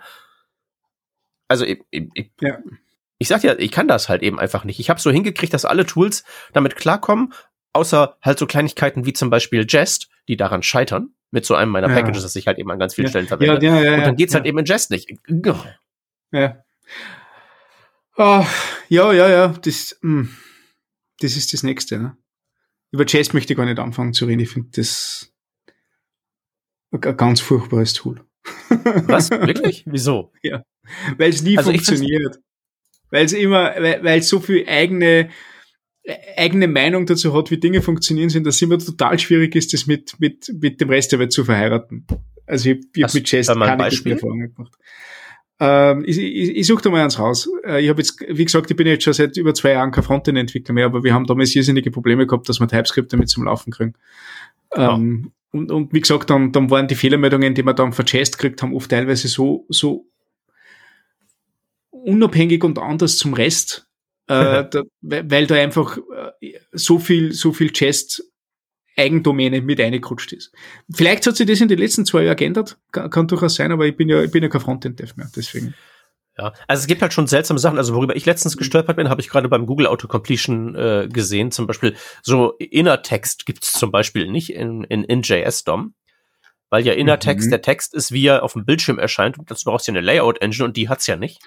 Also ich, ich, ja. ich sag ja, ich kann das halt eben einfach nicht. Ich habe so hingekriegt, dass alle Tools damit klarkommen, außer halt so Kleinigkeiten wie zum Beispiel Jest, die daran scheitern, mit so einem meiner ja. Packages, das ich halt eben an ganz vielen ja. Stellen verwende. Ja, ja, ja, Und dann geht's ja. halt eben in Jest nicht. Ja. Oh, ja, ja, ja, das, mh. das ist das Nächste. Ne? Über Jest möchte ich gar nicht anfangen zu reden. Ich finde das ein ganz furchtbares Tool. Was? Wirklich? Wieso? Ja. Weil es nie also funktioniert. Weil es immer, weil es so viel eigene, eigene Meinung dazu hat, wie Dinge funktionieren sind, dass es immer total schwierig ist, das mit, mit, mit dem Rest der Welt zu verheiraten. Also ich, ich habe mit Jest keine guten Erfahrungen gemacht. Ähm, ich, ich, ich suche da mal eins raus. Ich habe jetzt, wie gesagt, ich bin jetzt schon seit über zwei Jahren kein Frontend-Entwickler mehr, aber wir haben damals irrsinnige Probleme gehabt, dass wir TypeScript damit zum Laufen kriegen. Oh. Ähm, und, und wie gesagt, dann, dann waren die Fehlermeldungen, die wir dann von Jest gekriegt haben, oft teilweise so, so unabhängig und anders zum Rest, äh, da, weil da einfach äh, so viel, so viel Jest Eigendomäne mit eingerutscht ist. Vielleicht hat sich das in den letzten zwei Jahren geändert, kann, kann durchaus sein, aber ich bin ja, ich bin ja kein Frontend-Dev mehr, deswegen. Ja, also es gibt halt schon seltsame Sachen, also worüber ich letztens gestolpert bin, habe ich gerade beim Google Autocompletion äh, gesehen, zum Beispiel so Innertext gibt's zum Beispiel nicht in, in, in J S D O M, weil ja Innertext, mhm. der Text ist, wie er auf dem Bildschirm erscheint, und dazu brauchst du ja eine Layout-Engine und die hat's ja nicht.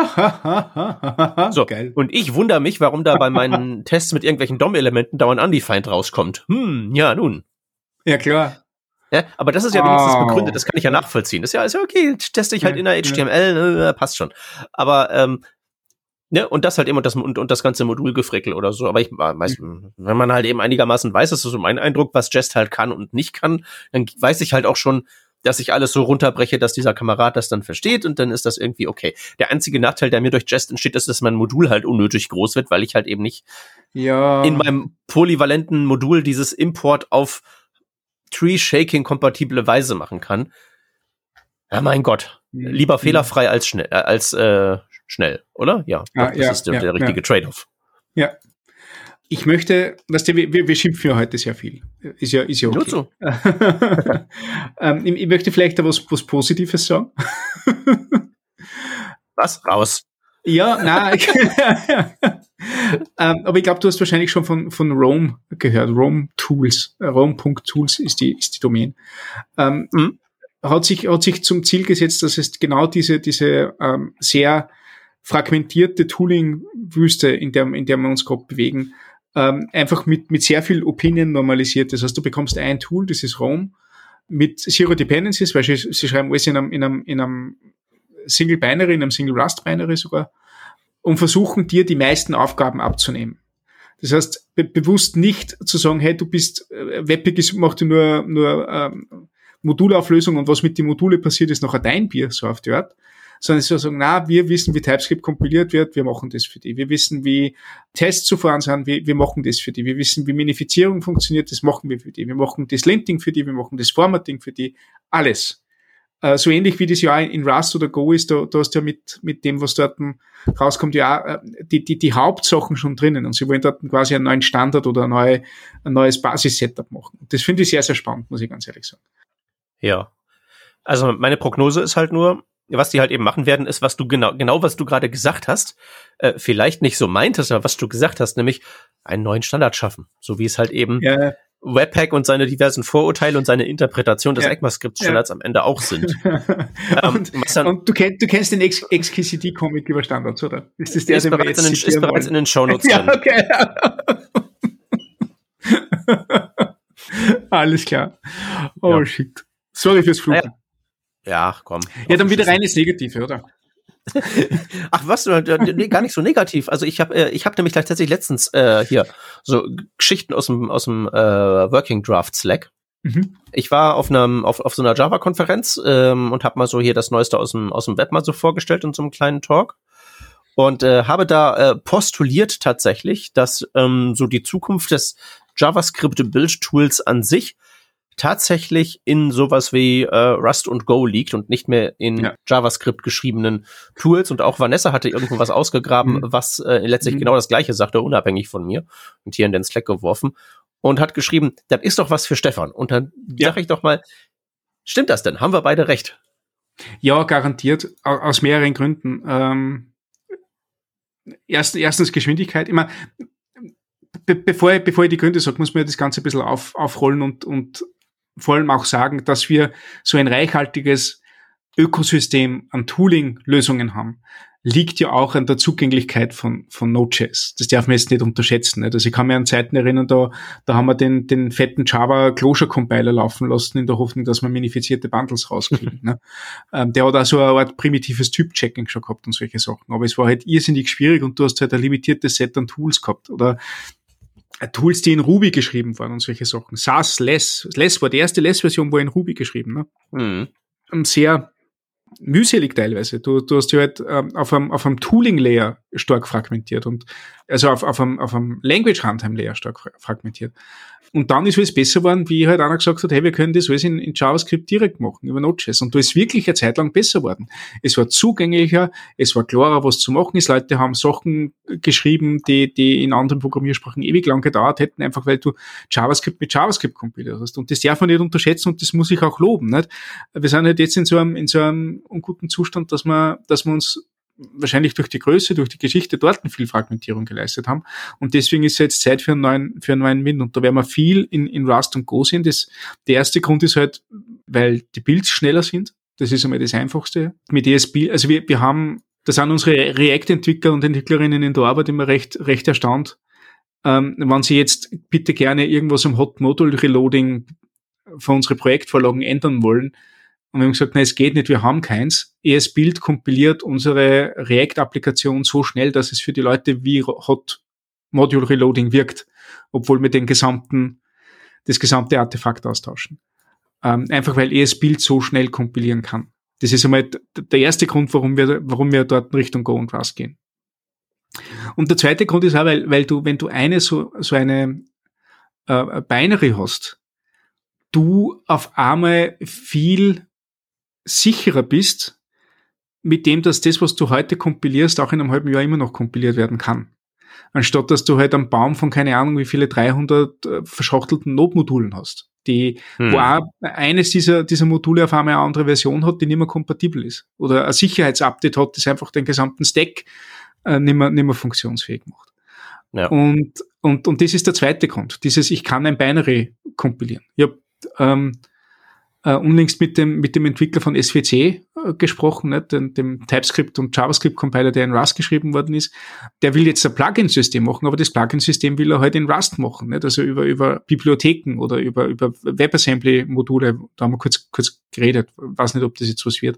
So, geil. Und ich wundere mich, warum da bei meinen Tests mit irgendwelchen D O M-Elementen dauernd Undefined rauskommt. Hm, ja, nun. Ja, klar. Ja, aber das ist ja wenigstens oh. begründet, das kann ich ja nachvollziehen. Das ist ja, ist ja okay, teste ich halt ja, in der H T M L, ja. äh, passt schon. Aber ähm, Ja, und das halt eben und das, und, und das ganze Modulgefrickel oder so. Aber ich weiß, wenn man halt eben einigermaßen weiß, das ist so mein Eindruck, was Jest halt kann und nicht kann, dann weiß ich halt auch schon, dass ich alles so runterbreche, dass dieser Kamerad das dann versteht und dann ist das irgendwie okay. Der einzige Nachteil, der mir durch Jest entsteht, ist, dass mein Modul halt unnötig groß wird, weil ich halt eben nicht ja. in meinem polyvalenten Modul dieses Import auf Tree-Shaking-kompatible Weise machen kann. Ja, mein Gott. Lieber mhm. fehlerfrei als schnell, äh, als äh, schnell, oder? Ja, ah, das ja, ist der, ja, der richtige ja. Trade-off. Ja. Ich möchte, weißt du, wir, wir schimpfen ja heute sehr viel. Ist ja, ist ja okay. So. ähm, ich, ich möchte vielleicht da was, was Positives sagen. Was? Raus. Ja, nein. ähm, aber ich glaube, du hast wahrscheinlich schon von, von Roam gehört. Roam Tools. Roam Punkt Tools ist die, ist die Domain. Ähm, mhm. hat sich, hat sich zum Ziel gesetzt, dass es genau diese, diese, ähm, sehr fragmentierte Tooling-Wüste, in der, in der wir uns gerade bewegen, ähm, einfach mit, mit sehr viel Opinion normalisiert. Das heißt, du bekommst ein Tool, das ist Roam, mit Zero Dependencies, weil sie, sie schreiben alles in einem, in einem, in einem Single Binary, in einem Single Rust Binary sogar, und versuchen dir die meisten Aufgaben abzunehmen. Das heißt, be- bewusst nicht zu sagen, hey, du bist, äh, Webpack macht nur, nur, ähm, Modulauflösung und was mit den Module passiert, ist nachher dein Bier, so auf die Art. Sondern sie sagen, na, wir wissen, wie TypeScript kompiliert wird, wir machen das für die. Wir wissen, wie Tests zu fahren sind, wir, wir machen das für die. Wir wissen, wie Minifizierung funktioniert, das machen wir für die. Wir machen das Linting für die, wir machen das Formatting für die. Alles. Äh, so ähnlich wie das ja in Rust oder Go ist, da, da hast du ja mit, mit dem, was dort rauskommt, ja äh, die, die, die Hauptsachen schon drinnen. Und sie wollen dort quasi einen neuen Standard oder ein, neue, ein neues Basis-Setup machen. Das finde ich sehr, sehr spannend, muss ich ganz ehrlich sagen. Ja. Also meine Prognose ist halt nur, was die halt eben machen werden, ist, was du genau, genau was du gerade gesagt hast, äh, vielleicht nicht so meintest, aber was du gesagt hast, nämlich einen neuen Standard schaffen. So wie es halt eben ja. Webpack und seine diversen Vorurteile und seine Interpretation des ja. ECMAScript-Standards ja. am Ende auch sind. ähm, und, dann, und du, kennst, du kennst den X K C D-Comic über Standards, oder? Ist das der, ist, bereits in, den, ist bereits in den Shownotes ja, drin. Okay. Alles klar. Oh, ja. Shit. Sorry fürs Fluchen. Ja. Ja, komm. Ja, dann wieder reines Negative, oder? Ach was, nee, gar nicht so negativ. Also ich habe äh, ich habe nämlich tatsächlich letztens äh, hier so Geschichten aus dem aus dem äh, Working Draft Slack. Mhm. Ich war auf einem auf auf so einer Java-Konferenz ähm, und habe mal so hier das Neueste aus dem aus dem Web mal so vorgestellt in so einem kleinen Talk und äh, habe da äh, postuliert tatsächlich, dass ähm, so die Zukunft des JavaScript-Build-Tools an sich tatsächlich in sowas wie äh, Rust und Go liegt und nicht mehr in ja. JavaScript geschriebenen Tools. Und auch Vanessa hatte irgendwo was ausgegraben, mhm. was äh, letztlich mhm. genau das Gleiche sagte, unabhängig von mir, und hier in den Slack geworfen und hat geschrieben, das ist doch was für Stefan. Und dann ja. sag ich doch mal, stimmt das denn? Haben wir beide recht? Ja, garantiert, aus mehreren Gründen. Ähm, erst, erstens Geschwindigkeit. Ich meine, be- bevor, ich, bevor ich die Gründe sage, muss man das Ganze ein bisschen auf, aufrollen und, und vor allem auch sagen, dass wir so ein reichhaltiges Ökosystem an Tooling-Lösungen haben, liegt ja auch an der Zugänglichkeit von, von Node.js. Das darf man jetzt nicht unterschätzen. Nicht? Also ich kann mich an Zeiten erinnern, da, da haben wir den, den fetten Java Closure Compiler laufen lassen, in der Hoffnung, dass wir minifizierte Bundles rauskriegen. ne? ähm, der hat auch so eine Art primitives Typ-Checking schon gehabt und solche Sachen. Aber es war halt irrsinnig schwierig und du hast halt ein limitiertes Set an Tools gehabt. Oder Tools, die in Ruby geschrieben waren und solche Sachen. Sass, Less. Less war die erste Less-Version, war in Ruby geschrieben. Ne? Mhm. Sehr mühselig teilweise. Du, du hast ja halt ähm, auf einem, auf einem Tooling-Layer stark fragmentiert und also auf, auf einem, auf einem Language-Runtime-Layer stark fra- fragmentiert. Und dann ist alles besser geworden, wie halt einer gesagt hat, hey, wir können das alles in, in JavaScript direkt machen, über Node.js. Und da ist wirklich eine Zeit lang besser geworden. Es war zugänglicher, es war klarer, was zu machen ist. Leute haben Sachen geschrieben, die, die in anderen Programmiersprachen ewig lang gedauert hätten, einfach weil du JavaScript mit JavaScript kompiliert hast. Und das darf man nicht unterschätzen und das muss ich auch loben, nicht? Wir sind halt jetzt in so einem, in so einem unguten Zustand, dass wir, dass wir uns wahrscheinlich durch die Größe, durch die Geschichte dort viel Fragmentierung geleistet haben. Und deswegen ist jetzt Zeit für einen neuen, für einen neuen Wind. Und da werden wir viel in, in Rust und Go sehen. Das, der erste Grund ist halt, weil die Builds schneller sind. Das ist einmal das Einfachste. Mit E S B, also wir, wir haben, da sind unsere React-Entwickler und Entwicklerinnen in der Arbeit immer recht, recht erstaunt. Ähm, wenn sie jetzt bitte gerne irgendwas am Hot Module Reloading von unseren Projektvorlagen ändern wollen, Und wir haben gesagt, nein, es geht nicht, wir haben keins. E S Build kompiliert unsere React-Applikation so schnell, dass es für die Leute wie Hot Module Reloading wirkt, obwohl wir den gesamten, das gesamte Artefakt austauschen. Ähm, einfach weil E S Build so schnell kompilieren kann. Das ist einmal der erste Grund, warum wir, warum wir dort in Richtung Go und Rust gehen. Und der zweite Grund ist auch, weil, weil du, wenn du eine so, so eine äh, Binary hast, du auf einmal viel sicherer bist, mit dem, dass das, was du heute kompilierst, auch in einem halben Jahr immer noch kompiliert werden kann. Anstatt, dass du halt einen Baum von keine Ahnung wie viele dreihundert äh, verschachtelten Node-Modulen hast, die, hm. wo auch eines dieser, dieser Module auf einmal eine andere Version hat, die nicht mehr kompatibel ist. Oder ein Sicherheitsupdate hat, das einfach den gesamten Stack äh, nicht mehr, nicht mehr funktionsfähig macht. Ja. Und, und, und das ist der zweite Grund. Dieses, ich kann ein Binary kompilieren. Ich habe ähm, äh, unlängst mit dem, mit dem Entwickler von S W C äh, gesprochen, nicht? Dem, dem TypeScript und JavaScript-Compiler, der in Rust geschrieben worden ist. Der will jetzt ein Plugin-System machen, aber das Plugin-System will er halt in Rust machen, nicht? Also über, über Bibliotheken oder über, über WebAssembly-Module. Da haben wir kurz, kurz geredet. Ich weiß nicht, ob das jetzt was wird.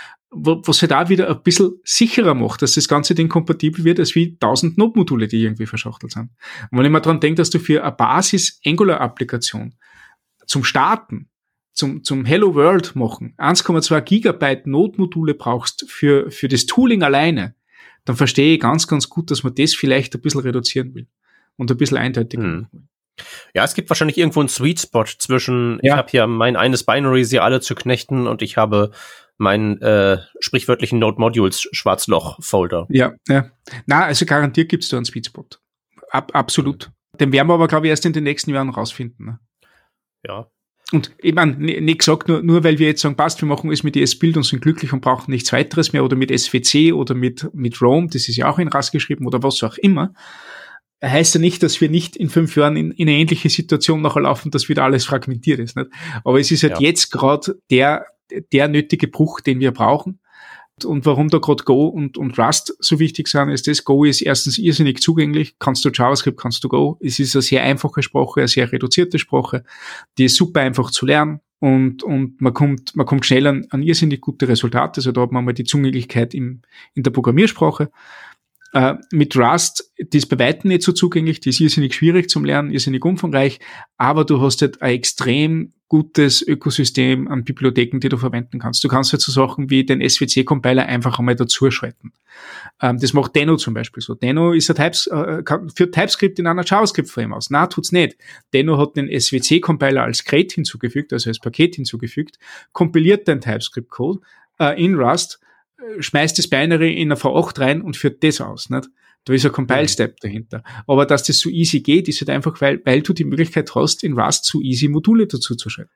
Was halt auch wieder ein bisschen sicherer macht, dass das ganze Ding kompatibel wird, als wie tausend Node-Module, die irgendwie verschachtelt sind. Und wenn ich mal dran denke, dass du für eine Basis-Angular-Applikation zum Starten, zum, zum Hello World machen, eins Komma zwei Gigabyte Node-Module brauchst für, für das Tooling alleine, dann verstehe ich ganz, ganz gut, dass man das vielleicht ein bisschen reduzieren will und ein bisschen eindeutiger hm. machen will. Ja, es gibt wahrscheinlich irgendwo einen Sweet Spot zwischen, ja. ich habe hier mein eines Binary, sie alle zu knechten und ich habe meinen äh, sprichwörtlichen Node-Modules-Schwarzloch-Folder. Ja, ja. Na, also garantiert gibt's da einen Sweet Spot. Ab, absolut. Den werden wir aber, glaube ich, erst in den nächsten Jahren rausfinden. Ne? Ja. Und ich meine, nicht gesagt, nur, nur weil wir jetzt sagen, passt, wir machen alles mit E S Build und sind glücklich und brauchen nichts weiteres mehr oder mit S W C oder mit, mit Roam, das ist ja auch in Rust geschrieben oder was auch immer, heißt ja nicht, dass wir nicht in fünf Jahren in, in eine ähnliche Situation nachher laufen, dass wieder alles fragmentiert ist. Nicht? Aber es ist halt ja. jetzt gerade der, der nötige Bruch, den wir brauchen. Und warum da gerade Go und, und Rust so wichtig sind, ist das, Go ist erstens irrsinnig zugänglich. Kannst du JavaScript, kannst du Go. Es ist eine sehr einfache Sprache, eine sehr reduzierte Sprache. Die ist super einfach zu lernen und, und man kommt, man kommt schnell an, an irrsinnig gute Resultate. Also da hat man mal die Zugänglichkeit im, in der Programmiersprache. Äh, mit Rust, die ist bei weitem nicht so zugänglich, die ist irrsinnig schwierig zum Lernen, irrsinnig umfangreich, aber du hast halt ein extrem gutes Ökosystem an Bibliotheken, die du verwenden kannst. Du kannst halt so Sachen wie den S W C-Compiler einfach einmal dazuschalten. Ähm, das macht Deno zum Beispiel so. Deno ist ein Types, äh, führt TypeScript in einer JavaScript-Frame aus. Na, tut's nicht. Deno hat den S W C-Compiler als Crate hinzugefügt, also als Paket hinzugefügt, kompiliert den TypeScript-Code äh, in Rust, schmeißt das Binary in eine V acht rein und führt das aus, nicht? Da ist ein Compile-Step dahinter. Aber dass das so easy geht, ist halt einfach, weil, weil du die Möglichkeit hast, in Rust so easy Module dazu zu schreiben.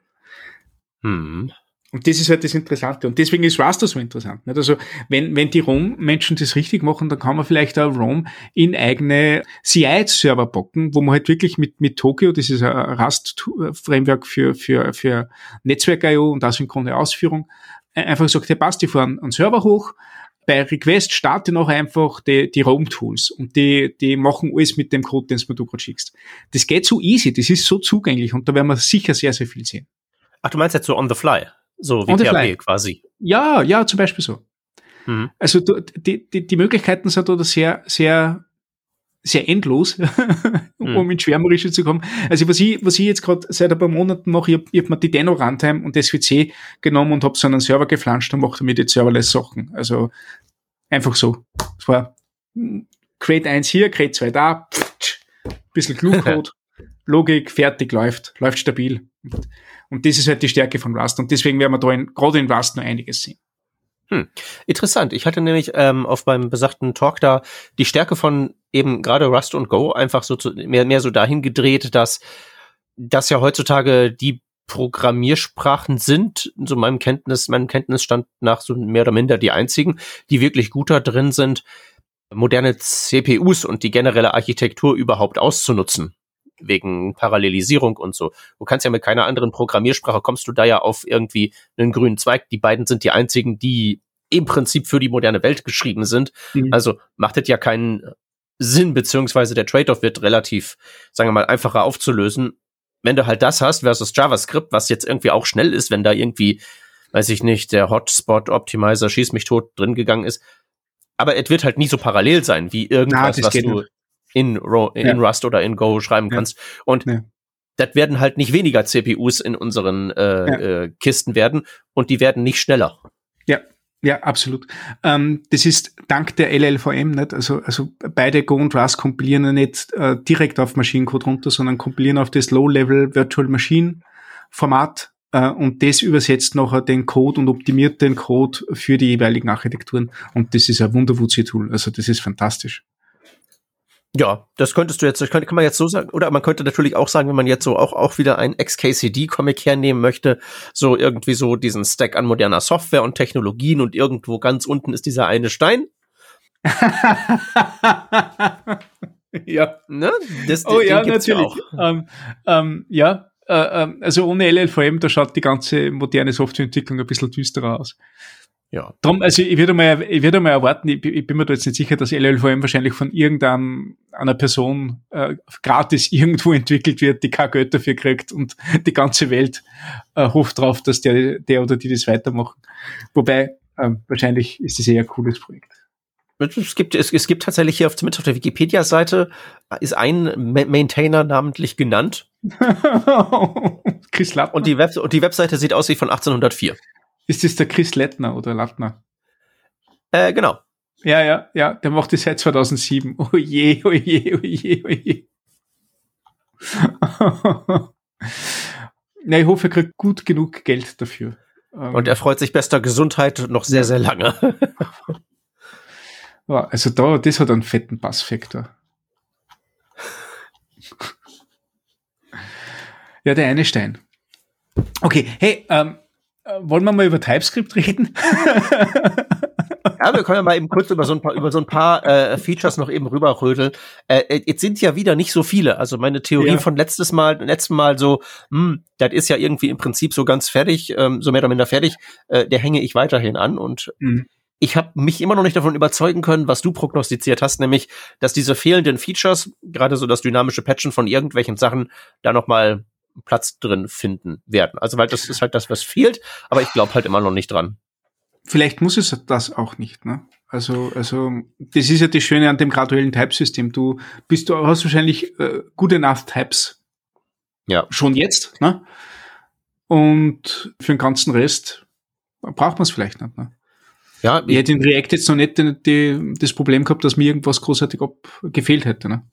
Hm. Und das ist halt das Interessante. Und deswegen ist Rust so interessant, nicht? Also, wenn, wenn die Roam-Menschen das richtig machen, dann kann man vielleicht auch Roam in eigene C I-Server packen, wo man halt wirklich mit, mit Tokio, das ist ein Rust-Framework für, für, für Netzwerk I O und asynchrone Ausführung, einfach sagt, hey, passt, die fahren einen Server hoch, bei Request starte noch einfach die, die Roam-Tools und die, die machen alles mit dem Code, den du gerade schickst. Das geht so easy, das ist so zugänglich und da werden wir sicher sehr, sehr viel sehen. Ach, du meinst jetzt so on the fly? So wie P H P quasi? Ja, ja, zum Beispiel so. Mhm. Also die, die, die Möglichkeiten sind da sehr, sehr sehr endlos, um ins Schwärmerische zu kommen. Also was ich, was ich jetzt gerade seit ein paar Monaten mache, ich habe hab mir die Deno Runtime und S W C genommen und habe so einen Server geflanscht und mache damit jetzt serverless Sachen. Also einfach so. Es war Create eins hier, Create zwei da, pff, bisschen Glue-Code, Logik, fertig, läuft, läuft stabil. Und, und das ist halt die Stärke von Rust. Und deswegen werden wir da in, gerade in Rust noch einiges sehen. Hm. Interessant. Ich hatte nämlich ähm, auf meinem besagten Talk da die Stärke von eben gerade Rust und Go einfach so zu, mehr, mehr so dahin gedreht, dass das ja heutzutage die Programmiersprachen sind, so meinem Kenntnis, meinem Kenntnisstand nach so mehr oder minder die einzigen, die wirklich gut da drin sind, moderne C P Us und die generelle Architektur überhaupt auszunutzen. Wegen Parallelisierung und so. Du kannst ja mit keiner anderen Programmiersprache, kommst du da ja auf irgendwie einen grünen Zweig. Die beiden sind die einzigen, die im Prinzip für die moderne Welt geschrieben sind. Mhm. Also macht das ja keinen Sinn, beziehungsweise der Trade-off wird relativ, sagen wir mal, einfacher aufzulösen. Wenn du halt das hast versus JavaScript, was jetzt irgendwie auch schnell ist, wenn da irgendwie weiß ich nicht, der Hotspot-Optimizer schieß mich tot drin gegangen ist. Aber es wird halt nie so parallel sein, wie irgendwas, Na, was du in, Ro- in ja. Rust oder in Go schreiben ja. kannst. Und ja. das werden halt nicht weniger C P Us in unseren äh, ja. äh, Kisten werden und die werden nicht schneller. Ja, ja, absolut. Ähm, das ist dank der L L V M, nicht? Also, also beide Go und Rust kompilieren ja nicht äh, direkt auf Maschinencode runter, sondern kompilieren auf das Low-Level Virtual Machine Format. Und das übersetzt nachher den Code und optimiert den Code für die jeweiligen Architekturen. Und das ist ein Wunderwuzi-Tool. Also das ist fantastisch. Ja, das könntest du jetzt, das kann, kann man jetzt so sagen. Oder man könnte natürlich auch sagen, wenn man jetzt so auch, auch wieder einen X K C D-Comic hernehmen möchte, so irgendwie so diesen Stack an moderner Software und Technologien und irgendwo ganz unten ist dieser eine Stein. Ja. Ne? Das, oh den ja, gibt's natürlich. Ja, auch. Ähm, ähm, ja. Also ohne L L V M, da schaut die ganze moderne Softwareentwicklung ein bisschen düsterer aus. Ja. Drum, also ich würde mal, ich würde mal erwarten, ich, ich bin mir da jetzt nicht sicher, dass L L V M wahrscheinlich von irgendeiner Person äh, gratis irgendwo entwickelt wird, die kein Geld dafür kriegt und die ganze Welt äh, hofft drauf, dass der, der oder die das weitermachen. Wobei, äh, wahrscheinlich ist das eher ein cooles Projekt. Es gibt, es, es gibt tatsächlich hier auf, zumindest auf der Wikipedia-Seite ist ein Ma- Maintainer namentlich genannt. Chris Lattner. Und die, Web- und die Webseite sieht aus wie von achtzehnhundertvier. Ist das der Chris Lettner oder Lattner? Äh, genau. Ja, ja, ja, der macht das seit zweitausendsieben. Oh je, oh je, oh je, oh je. Na, ich hoffe, er kriegt gut genug Geld dafür. Und er freut sich bester Gesundheit noch sehr, sehr lange. Ja, also da, das hat einen fetten Bassfaktor. Ja, der eine Stein. Okay, hey, ähm, wollen wir mal über TypeScript reden? Ja, wir können ja mal eben kurz über so ein paar, über so ein paar äh, Features noch eben rüberrödeln. Äh, jetzt sind ja wieder nicht so viele. Also meine Theorie ja. von letztes Mal, letzten Mal so, hm, das ist ja irgendwie im Prinzip so ganz fertig, ähm, so mehr oder minder fertig. Äh, der hänge ich weiterhin an und mhm. ich habe mich immer noch nicht davon überzeugen können, was du prognostiziert hast, nämlich, dass diese fehlenden Features, gerade so das dynamische Patchen von irgendwelchen Sachen, da nochmal Platz drin finden werden. Also, weil das ist halt das, was fehlt, aber ich glaube halt immer noch nicht dran. Vielleicht muss es das auch nicht, ne? Also, also, das ist ja das Schöne an dem graduellen Typesystem. Du bist, du hast wahrscheinlich äh, good enough Types. Ja. Schon jetzt, ne? Und für den ganzen Rest braucht man es vielleicht nicht, ne? Ja, ich hätte in React jetzt noch nicht die, die, das Problem gehabt, dass mir irgendwas großartig gefehlt hätte, ne?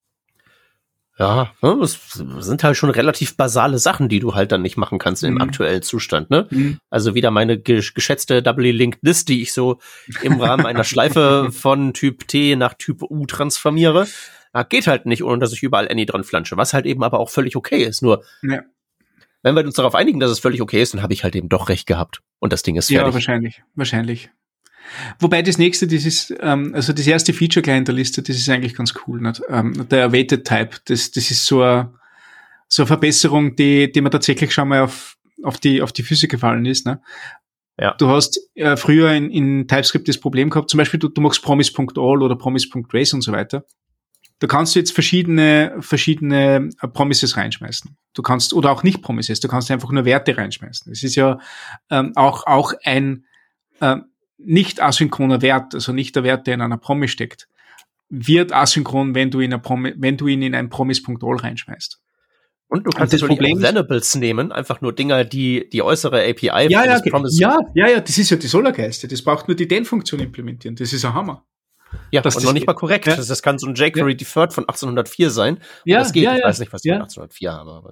Ja, das sind halt schon relativ basale Sachen, die du halt dann nicht machen kannst im mhm. aktuellen Zustand, ne? Mhm. Also wieder meine ge- geschätzte Doubly Linked List, die ich so im Rahmen einer Schleife von Typ T nach Typ U transformiere. Ja, geht halt nicht, ohne dass ich überall Any dran flansche, was halt eben aber auch völlig okay ist. Nur, ja. wenn wir uns darauf einigen, dass es völlig okay ist, dann habe ich halt eben doch recht gehabt. Und das Ding ist fertig. Ja, wahrscheinlich, wahrscheinlich. Wobei das nächste, das ist, ähm, also das erste Feature gleich in der Liste, das ist eigentlich ganz cool, nicht? Ähm, der Awaited Type, das, das ist so eine, so eine Verbesserung, die, die mir tatsächlich schon mal auf, auf die, auf die Füße gefallen ist, ne? Ja. Du hast äh, früher in, in TypeScript das Problem gehabt, zum Beispiel du, du machst promise.all oder promise.trace und so weiter. Da kannst du jetzt verschiedene, verschiedene äh, Promises reinschmeißen. Du kannst, oder auch nicht Promises, du kannst einfach nur Werte reinschmeißen. Das ist ja ähm, auch, auch ein, äh, nicht asynchroner Wert, also nicht der Wert, der in einer Promise steckt, wird asynchron, wenn du in, eine Promi- wenn du ihn in ein Promise.all reinschmeißt. Und du kannst das Problem auch Venables nehmen, einfach nur Dinger, die die äußere A P I ja, ja, ja, ja, ja, das ist ja die Solargeiste. Das braucht nur die Den-Funktion implementieren. Das ist ein Hammer. Ja, das und noch nicht mal korrekt. Ja. Das, das kann so ein jQuery ja. Deferred von achtzehnhundertvier sein. Ja, das geht. Ja, ich ja. weiß nicht, was die ja. von achtzehnhundertvier haben, aber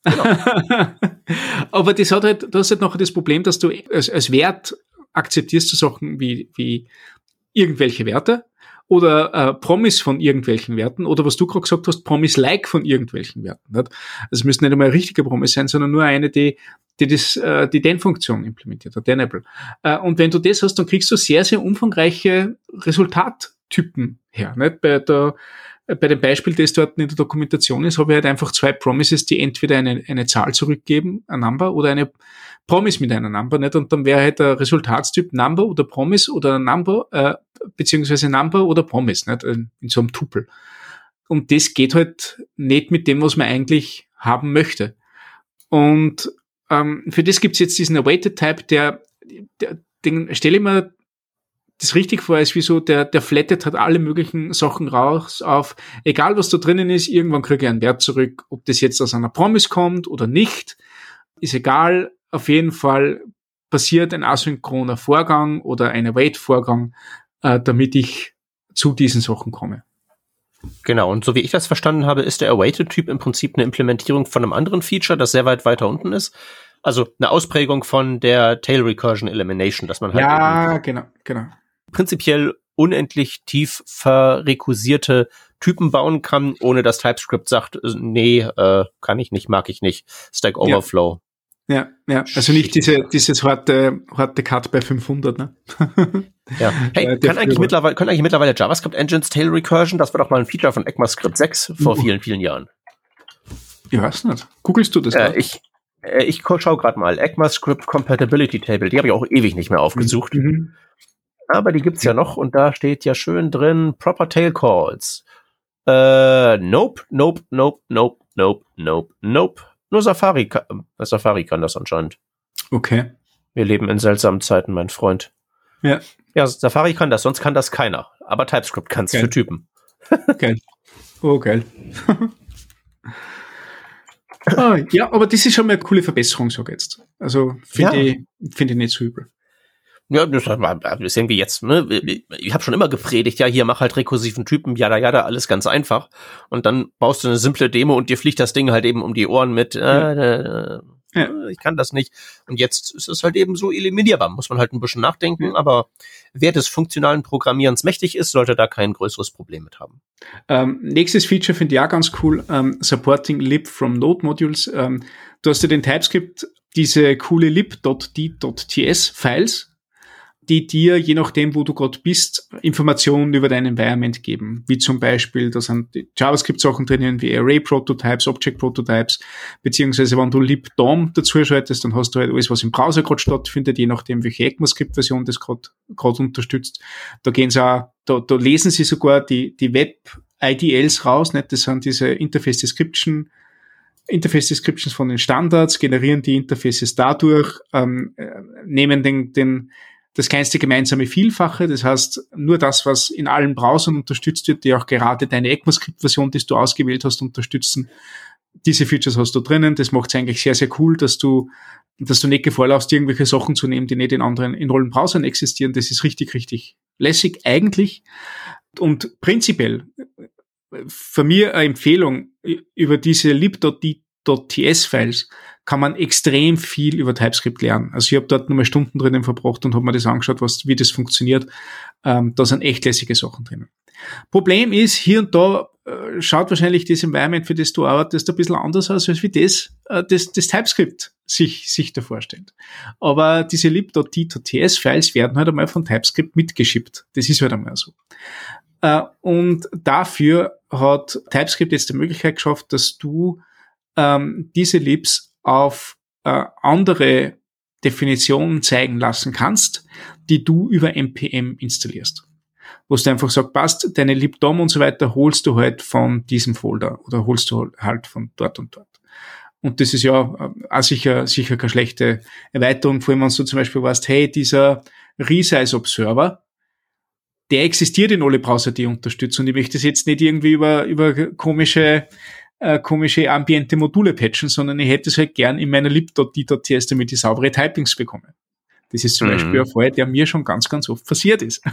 genau. Aber das hat halt, das hat halt noch das Problem, dass du als, als Wert akzeptierst du Sachen wie, wie irgendwelche Werte oder äh, Promise von irgendwelchen Werten oder was du gerade gesagt hast, Promise-like von irgendwelchen Werten. Nicht? Also es müsste nicht einmal ein richtiger Promise sein, sondern nur eine, die die das äh, die Den-Funktion implementiert hat, Denable. Äh, und wenn du das hast, dann kriegst du sehr, sehr umfangreiche Resultattypen her. Nicht? Bei der Bei dem Beispiel, das dort in der Dokumentation ist, habe ich halt einfach zwei Promises, die entweder eine, eine Zahl zurückgeben, ein Number, oder eine Promise mit einer Number, nicht? Und dann wäre halt der Resultatstyp Number oder Promise oder Number, äh, beziehungsweise Number oder Promise, nicht? In so einem Tupel. Und das geht halt nicht mit dem, was man eigentlich haben möchte. Und ähm, für das gibt's jetzt diesen Awaited Type, der, der den stelle ich mir das richtig vor, ist wie so, der, der flattet halt alle möglichen Sachen raus auf, egal was da drinnen ist, irgendwann kriege ich einen Wert zurück, ob das jetzt aus einer Promise kommt oder nicht, ist egal, auf jeden Fall passiert ein asynchroner Vorgang oder ein Await-Vorgang, äh, damit ich zu diesen Sachen komme. Genau, und so wie ich das verstanden habe, ist der Awaited-Typ im Prinzip eine Implementierung von einem anderen Feature, das sehr weit weiter unten ist. Also eine Ausprägung von der Tail Recursion Elimination, dass man halt ja, genau, genau. prinzipiell unendlich tief verrekursierte Typen bauen kann, ohne dass TypeScript sagt, nee, äh, kann ich nicht, mag ich nicht. Stack Overflow. Ja, ja, also nicht diese, dieses harte, harte Cut bei fünfhundert, ne? Ja. Hey, kann eigentlich mittlerweile, können eigentlich mittlerweile JavaScript Engines Tail Recursion? Das war doch mal ein Feature von ECMAScript sechs vor uh. vielen, vielen Jahren. Ich weiß nicht. Googlest du das? Äh, ich, äh, ich schau gerade mal. ECMAScript Compatibility Table. Die habe ich auch ewig nicht mehr aufgesucht. Mhm. Aber die gibt's ja noch und da steht ja schön drin Proper Tail Calls. Äh, nope, nope, nope, nope, nope, nope, nope. Nur Safari kann, Safari kann das anscheinend. Okay. Wir leben in seltsamen Zeiten, mein Freund. Ja. Ja, Safari kann das, sonst kann das keiner. Aber TypeScript kann es für Typen. Geil. Oh, geil. ah, ja, aber das ist schon mal eine coole Verbesserung, sag ich jetzt. Also finde ja. ich, find ich nicht so übel. Ja, das ist irgendwie jetzt, ne? Ich habe schon immer gepredigt, ja, hier mach halt rekursiven Typen, jada, jada, alles ganz einfach. Und dann baust du eine simple Demo und dir fliegt das Ding halt eben um die Ohren mit, ja. äh, äh, ja. ich kann das nicht. Und jetzt ist es halt eben so eliminierbar. Muss man halt ein bisschen nachdenken, ja. aber wer des funktionalen Programmierens mächtig ist, sollte da kein größeres Problem mit haben. Ähm, nächstes Feature finde ich auch ganz cool, ähm, Supporting lib from Node Modules. Ähm, du hast ja den TypeScript, diese coole lib.d.ts-Files, die dir, je nachdem, wo du gerade bist, Informationen über dein Environment geben. Wie zum Beispiel, da sind JavaScript-Sachen drinnen, wie Array-Prototypes, Object-Prototypes, beziehungsweise wenn du libdom dazu schaltest, dann hast du halt alles, was im Browser gerade stattfindet, je nachdem, welche ECMAScript-Version das gerade gerade unterstützt. Da gehen sie auch, da, da lesen sie sogar die, die Web-I D Ls raus, nicht? Das sind diese Interface Description, Interface Descriptions von den Standards, generieren die Interfaces dadurch, ähm, nehmen den, den das kleinste gemeinsame Vielfache, das heißt, nur das, was in allen Browsern unterstützt wird, die auch gerade deine ECMAScript-Version, die du ausgewählt hast, unterstützen. Diese Features hast du drinnen. Das macht es eigentlich sehr, sehr cool, dass du, dass du nicht Gefahr laufst, irgendwelche Sachen zu nehmen, die nicht in anderen, in allen Browsern existieren. Das ist richtig, richtig lässig eigentlich. Und prinzipiell, für mir eine Empfehlung über diese lib.d.ts-Files kann man extrem viel über TypeScript lernen. Also ich habe dort nochmal Stunden drinnen verbracht und habe mir das angeschaut, was, wie das funktioniert. Ähm, da sind echt lässige Sachen drinnen. Problem ist, hier und da äh, schaut wahrscheinlich das Environment, für das du arbeitest, ein bisschen anders aus, als wie das, äh, das, das TypeScript sich, sich da vorstellt. Aber diese lib.d.ts-Files werden halt einmal von TypeScript mitgeschippt. Das ist halt einmal so. Äh, und dafür hat TypeScript jetzt die Möglichkeit geschafft, dass du ähm, diese Libs auf äh, andere Definitionen zeigen lassen kannst, die du über N P M installierst. Wo du einfach sagst, passt, deine libdom und so weiter holst du halt von diesem Folder oder holst du halt von dort und dort. Und das ist ja auch sicher, sicher keine schlechte Erweiterung, vor allem wenn du zum Beispiel weißt, hey, dieser Resize Observer, der existiert in alle Browser, die unterstützen, und ich möchte das jetzt nicht irgendwie über, über komische Äh, komische ambiente Module patchen, sondern ich hätte es halt gern in meiner lib.d.ts, damit ich saubere Typings bekomme. Das ist zum mhm. Beispiel ein Fall, der mir schon ganz, ganz oft passiert ist.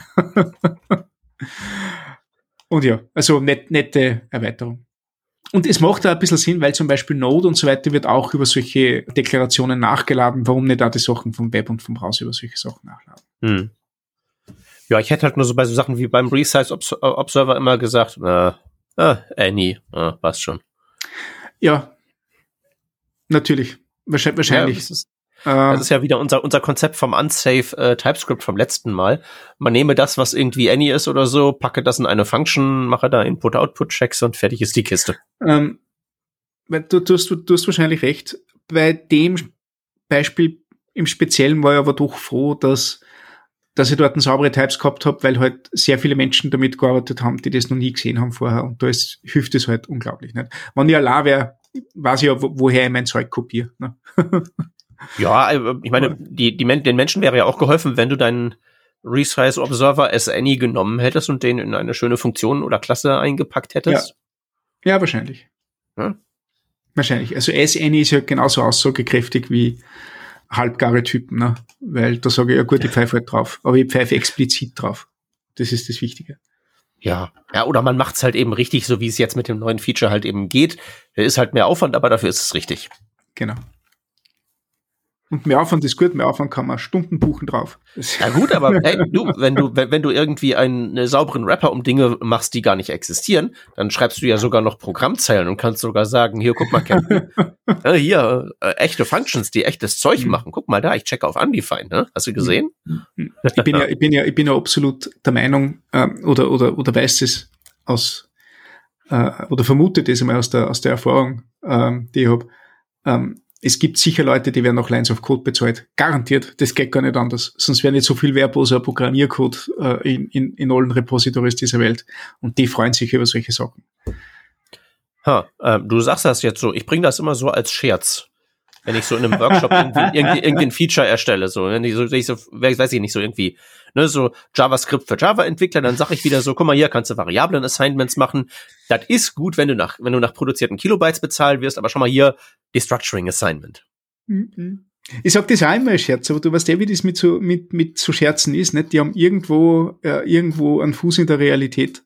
Und ja, also net, nette Erweiterung. Und es macht da ein bisschen Sinn, weil zum Beispiel Node und so weiter wird auch über solche Deklarationen nachgeladen. Warum nicht auch die Sachen vom Web und vom Browser über solche Sachen nachladen? Mhm. Ja, ich hätte halt nur so bei so Sachen wie beim Resize Obs- Observer immer gesagt, äh, äh, Annie, äh, passt schon. Ja, natürlich. Wahrscheinlich. wahrscheinlich. Ja, das, ist, das ist ja wieder unser unser Konzept vom Unsafe äh, TypeScript vom letzten Mal. Man nehme das, was irgendwie Any ist oder so, packe das in eine Function, mache da Input-Output-Checks und fertig ist die Kiste. Ähm, du, du, hast, du hast wahrscheinlich recht. Bei dem Beispiel im Speziellen war ich aber doch froh, dass dass ich dort einen saubere Types gehabt habe, weil halt sehr viele Menschen damit gearbeitet haben, die das noch nie gesehen haben vorher. Und da ist, hilft es halt unglaublich. Nicht? Wenn ich allein wäre, weiß ich ja, wo, woher ich mein Zeug kopiere. Ne? Ja, ich meine, die, die, den Menschen wäre ja auch geholfen, wenn du deinen Resize Observer as any genommen hättest und den in eine schöne Funktion oder Klasse eingepackt hättest. Ja, ja wahrscheinlich. Ja? Wahrscheinlich. Also as any ist ja genauso aussagekräftig wie halbgare Typen, ne? Weil da sage ich, ja gut, ich pfeife halt drauf, aber ich pfeife explizit drauf. Das ist das Wichtige. Ja, ja, oder man macht's halt eben richtig, so wie es jetzt mit dem neuen Feature halt eben geht. Der ist halt mehr Aufwand, aber dafür ist es richtig. Genau. Und mehr Aufwand ist gut, mehr Aufwand kann man Stunden buchen drauf. Ja gut, aber hey, du, wenn du, wenn, wenn du irgendwie einen, einen sauberen Rapper um Dinge machst, die gar nicht existieren, dann schreibst du ja sogar noch Programmzeilen und kannst sogar sagen, hier, guck mal, Captain, äh, hier, äh, echte Functions, die echtes Zeug machen. Guck mal da, ich checke auf Undefined, ne? Hast du gesehen? Ich bin ja, ich bin ja, ich bin ja absolut der Meinung, ähm, oder, oder, oder weiß es aus, äh, oder vermutet es einmal aus der, aus der Erfahrung, ähm, die ich habe, ähm, es gibt sicher Leute, die werden noch Lines of Code bezahlt. Garantiert. Das geht gar nicht anders. Sonst wäre nicht so viel verboser Programmiercode äh, in, in, in allen Repositories dieser Welt. Und die freuen sich über solche Sachen. Ha, äh, du sagst das jetzt so. Ich bringe das immer so als Scherz. Wenn ich so in einem Workshop irgendwie, irgendwie, irgendwie ein Feature erstelle, so, wenn ich so, wenn ich so, weiß ich nicht, so irgendwie, ne, so JavaScript für Java-Entwickler, dann sage ich wieder so, guck mal, hier kannst du Variablen-Assignments machen. Das ist gut, wenn du nach, wenn du nach produzierten Kilobytes bezahlt wirst, aber schon mal hier Destructuring-Assignment. Ich sag das auch immer als Scherz, aber du weißt ja, wie das mit so, mit, mit so Scherzen ist, nicht? Die haben irgendwo, äh, irgendwo einen Fuß in der Realität.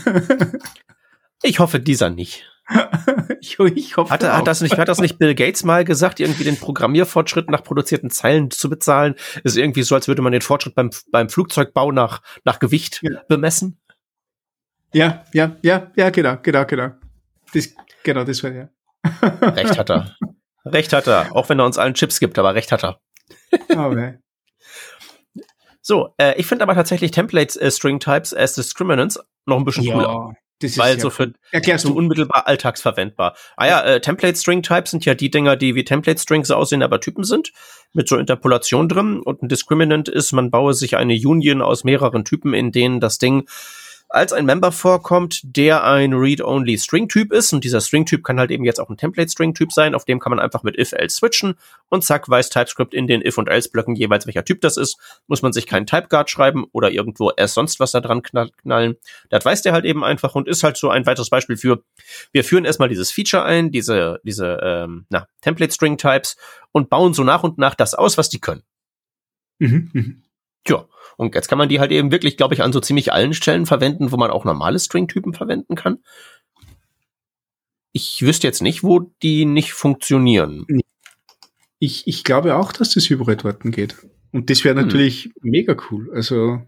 Ich hoffe, dieser nicht. ich, ich hoffe hat, hat, das nicht, hat das nicht Bill Gates mal gesagt, irgendwie den Programmierfortschritt nach produzierten Zeilen zu bezahlen? Ist irgendwie so, als würde man den Fortschritt beim, beim Flugzeugbau nach, nach Gewicht ja. bemessen? Ja, ja, ja, ja, genau, genau, genau. Das, genau, das war ja. Recht hat er. Recht hat er. Auch wenn er uns allen Chips gibt, aber recht hat er. Oh, okay. So, äh, ich finde aber tatsächlich Templates äh, String Types as Discriminants noch ein bisschen ja. cooler. Das ist weil so für Erklärst so unmittelbar alltagsverwendbar. Ah ja, äh, Template String Types sind ja die Dinger, die wie Template Strings aussehen, aber Typen sind, mit so Interpolation drin. Und ein Discriminant ist, man baue sich eine Union aus mehreren Typen, in denen das Ding als ein Member vorkommt, der ein Read-Only-String-Typ ist. Und dieser String-Typ kann halt eben jetzt auch ein Template-String-Typ sein. Auf dem kann man einfach mit if-else switchen. Und zack, weiß TypeScript in den if- und else-Blöcken jeweils, welcher Typ das ist. Muss man sich keinen Typeguard schreiben oder irgendwo erst sonst was da dran knallen. Das weiß der halt eben einfach und ist halt so ein weiteres Beispiel für, wir führen erstmal dieses Feature ein, diese, diese ähm, na, Template-String-Types und bauen so nach und nach das aus, was die können. Mhm. Tja. Und jetzt kann man die halt eben wirklich, glaube ich, an so ziemlich allen Stellen verwenden, wo man auch normale String-Typen verwenden kann. Ich wüsste jetzt nicht, wo die nicht funktionieren. Ich, ich glaube auch, dass das überall dort geht. Und das wäre natürlich hm. mega cool. Also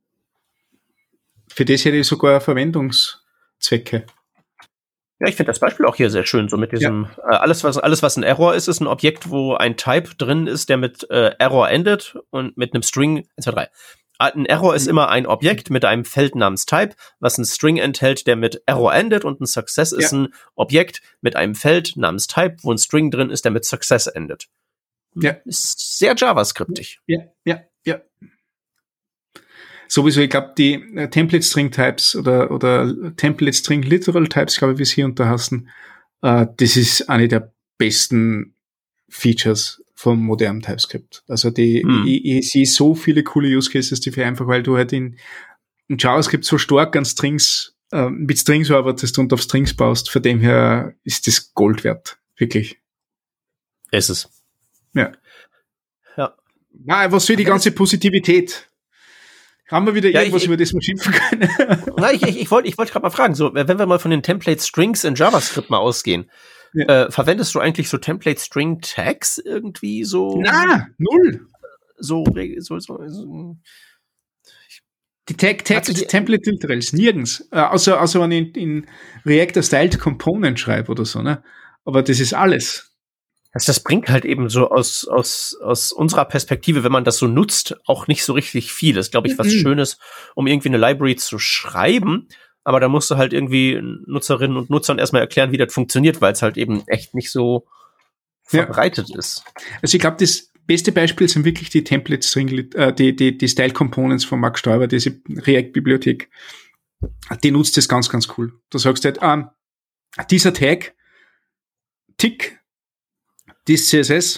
für das hätte ich sogar Verwendungszwecke. Ja, ich finde das Beispiel auch hier sehr schön, so mit diesem, ja. äh, alles was alles was ein Error ist, ist ein Objekt, wo ein Type drin ist, der mit äh, Error endet und mit einem String, eins, zwei, drei. Ein Error ist immer ein Objekt mit einem Feld namens Type, was ein String enthält, der mit Error endet, und ein Success ist ja. ein Objekt mit einem Feld namens Type, wo ein String drin ist, der mit Success endet. Ja. Ist sehr JavaScriptig. Ja, ja, ja. Sowieso, ich glaube, die äh, Template-String-Types oder, oder Template-String-Literal-Types, glaube ich, wie es hier unter heißen, äh, das ist eine der besten Features vom modernen TypeScript. Also die, hm. ich, ich sehe so viele coole Use Cases dafür, einfach weil du halt in, in JavaScript so stark an Strings, äh, mit Strings arbeitest und auf Strings baust. Von dem her ist das Gold wert. Wirklich. Ist es. Ja. Ja. Na, was für die ganze Positivität? Haben wir wieder ja, irgendwas, ich, über das wir schimpfen können? Na, ich ich, ich wollte ich wollte gerade mal fragen, so, wenn wir mal von den Template Strings in JavaScript mal ausgehen, ja. äh, verwendest du eigentlich so Template String Tags irgendwie so? Na, null. So, so, so, so. Die Tag Tags, die Template Literals, nirgends. Äh, außer, außer wenn ich in, in Reactor Styled Component schreibe oder so, ne? Aber das ist alles. Also das bringt halt eben so aus, aus, aus unserer Perspektive, wenn man das so nutzt, auch nicht so richtig viel. Das ist, glaube ich, was mhm. Schönes, um irgendwie eine Library zu schreiben. Aber da musst du halt irgendwie Nutzerinnen und Nutzern erstmal erklären, wie das funktioniert, weil es halt eben echt nicht so ja. verbreitet ist. Also ich glaube, das beste Beispiel sind wirklich die Template String, äh, die, die, die Style Components von Max Stoiber, diese React-Bibliothek. Die nutzt das ganz, ganz cool. Du sagst halt, ähm, dieser Tag, Tick, das C S S,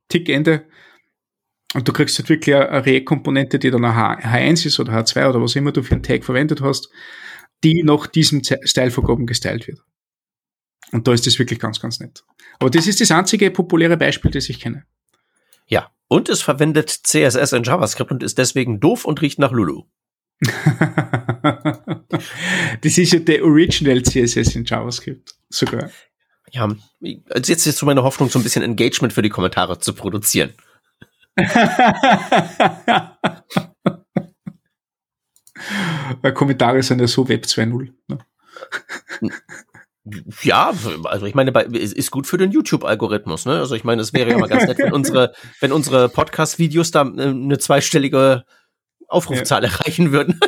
Tickende. Und du kriegst halt wirklich eine React-Komponente, die dann eine H eins ist oder H zwei oder was immer du für einen Tag verwendet hast, die nach diesem Stylevorgaben gestylt wird. Und da ist das wirklich ganz, ganz nett. Aber das ist das einzige populäre Beispiel, das ich kenne. Ja, und es verwendet C S S in JavaScript und ist deswegen doof und riecht nach Lulu. Das ist ja der Original C S S in JavaScript sogar. Ja, also jetzt ist so meine Hoffnung, so ein bisschen Engagement für die Kommentare zu produzieren. Weil Kommentare sind ja so Web zwei Punkt null. Ne? Ja, also ich meine, ist gut für den YouTube-Algorithmus, ne? Also ich meine, es wäre ja mal ganz nett, wenn unsere, wenn unsere Podcast-Videos da eine zweistellige Aufrufzahl ja. erreichen würden.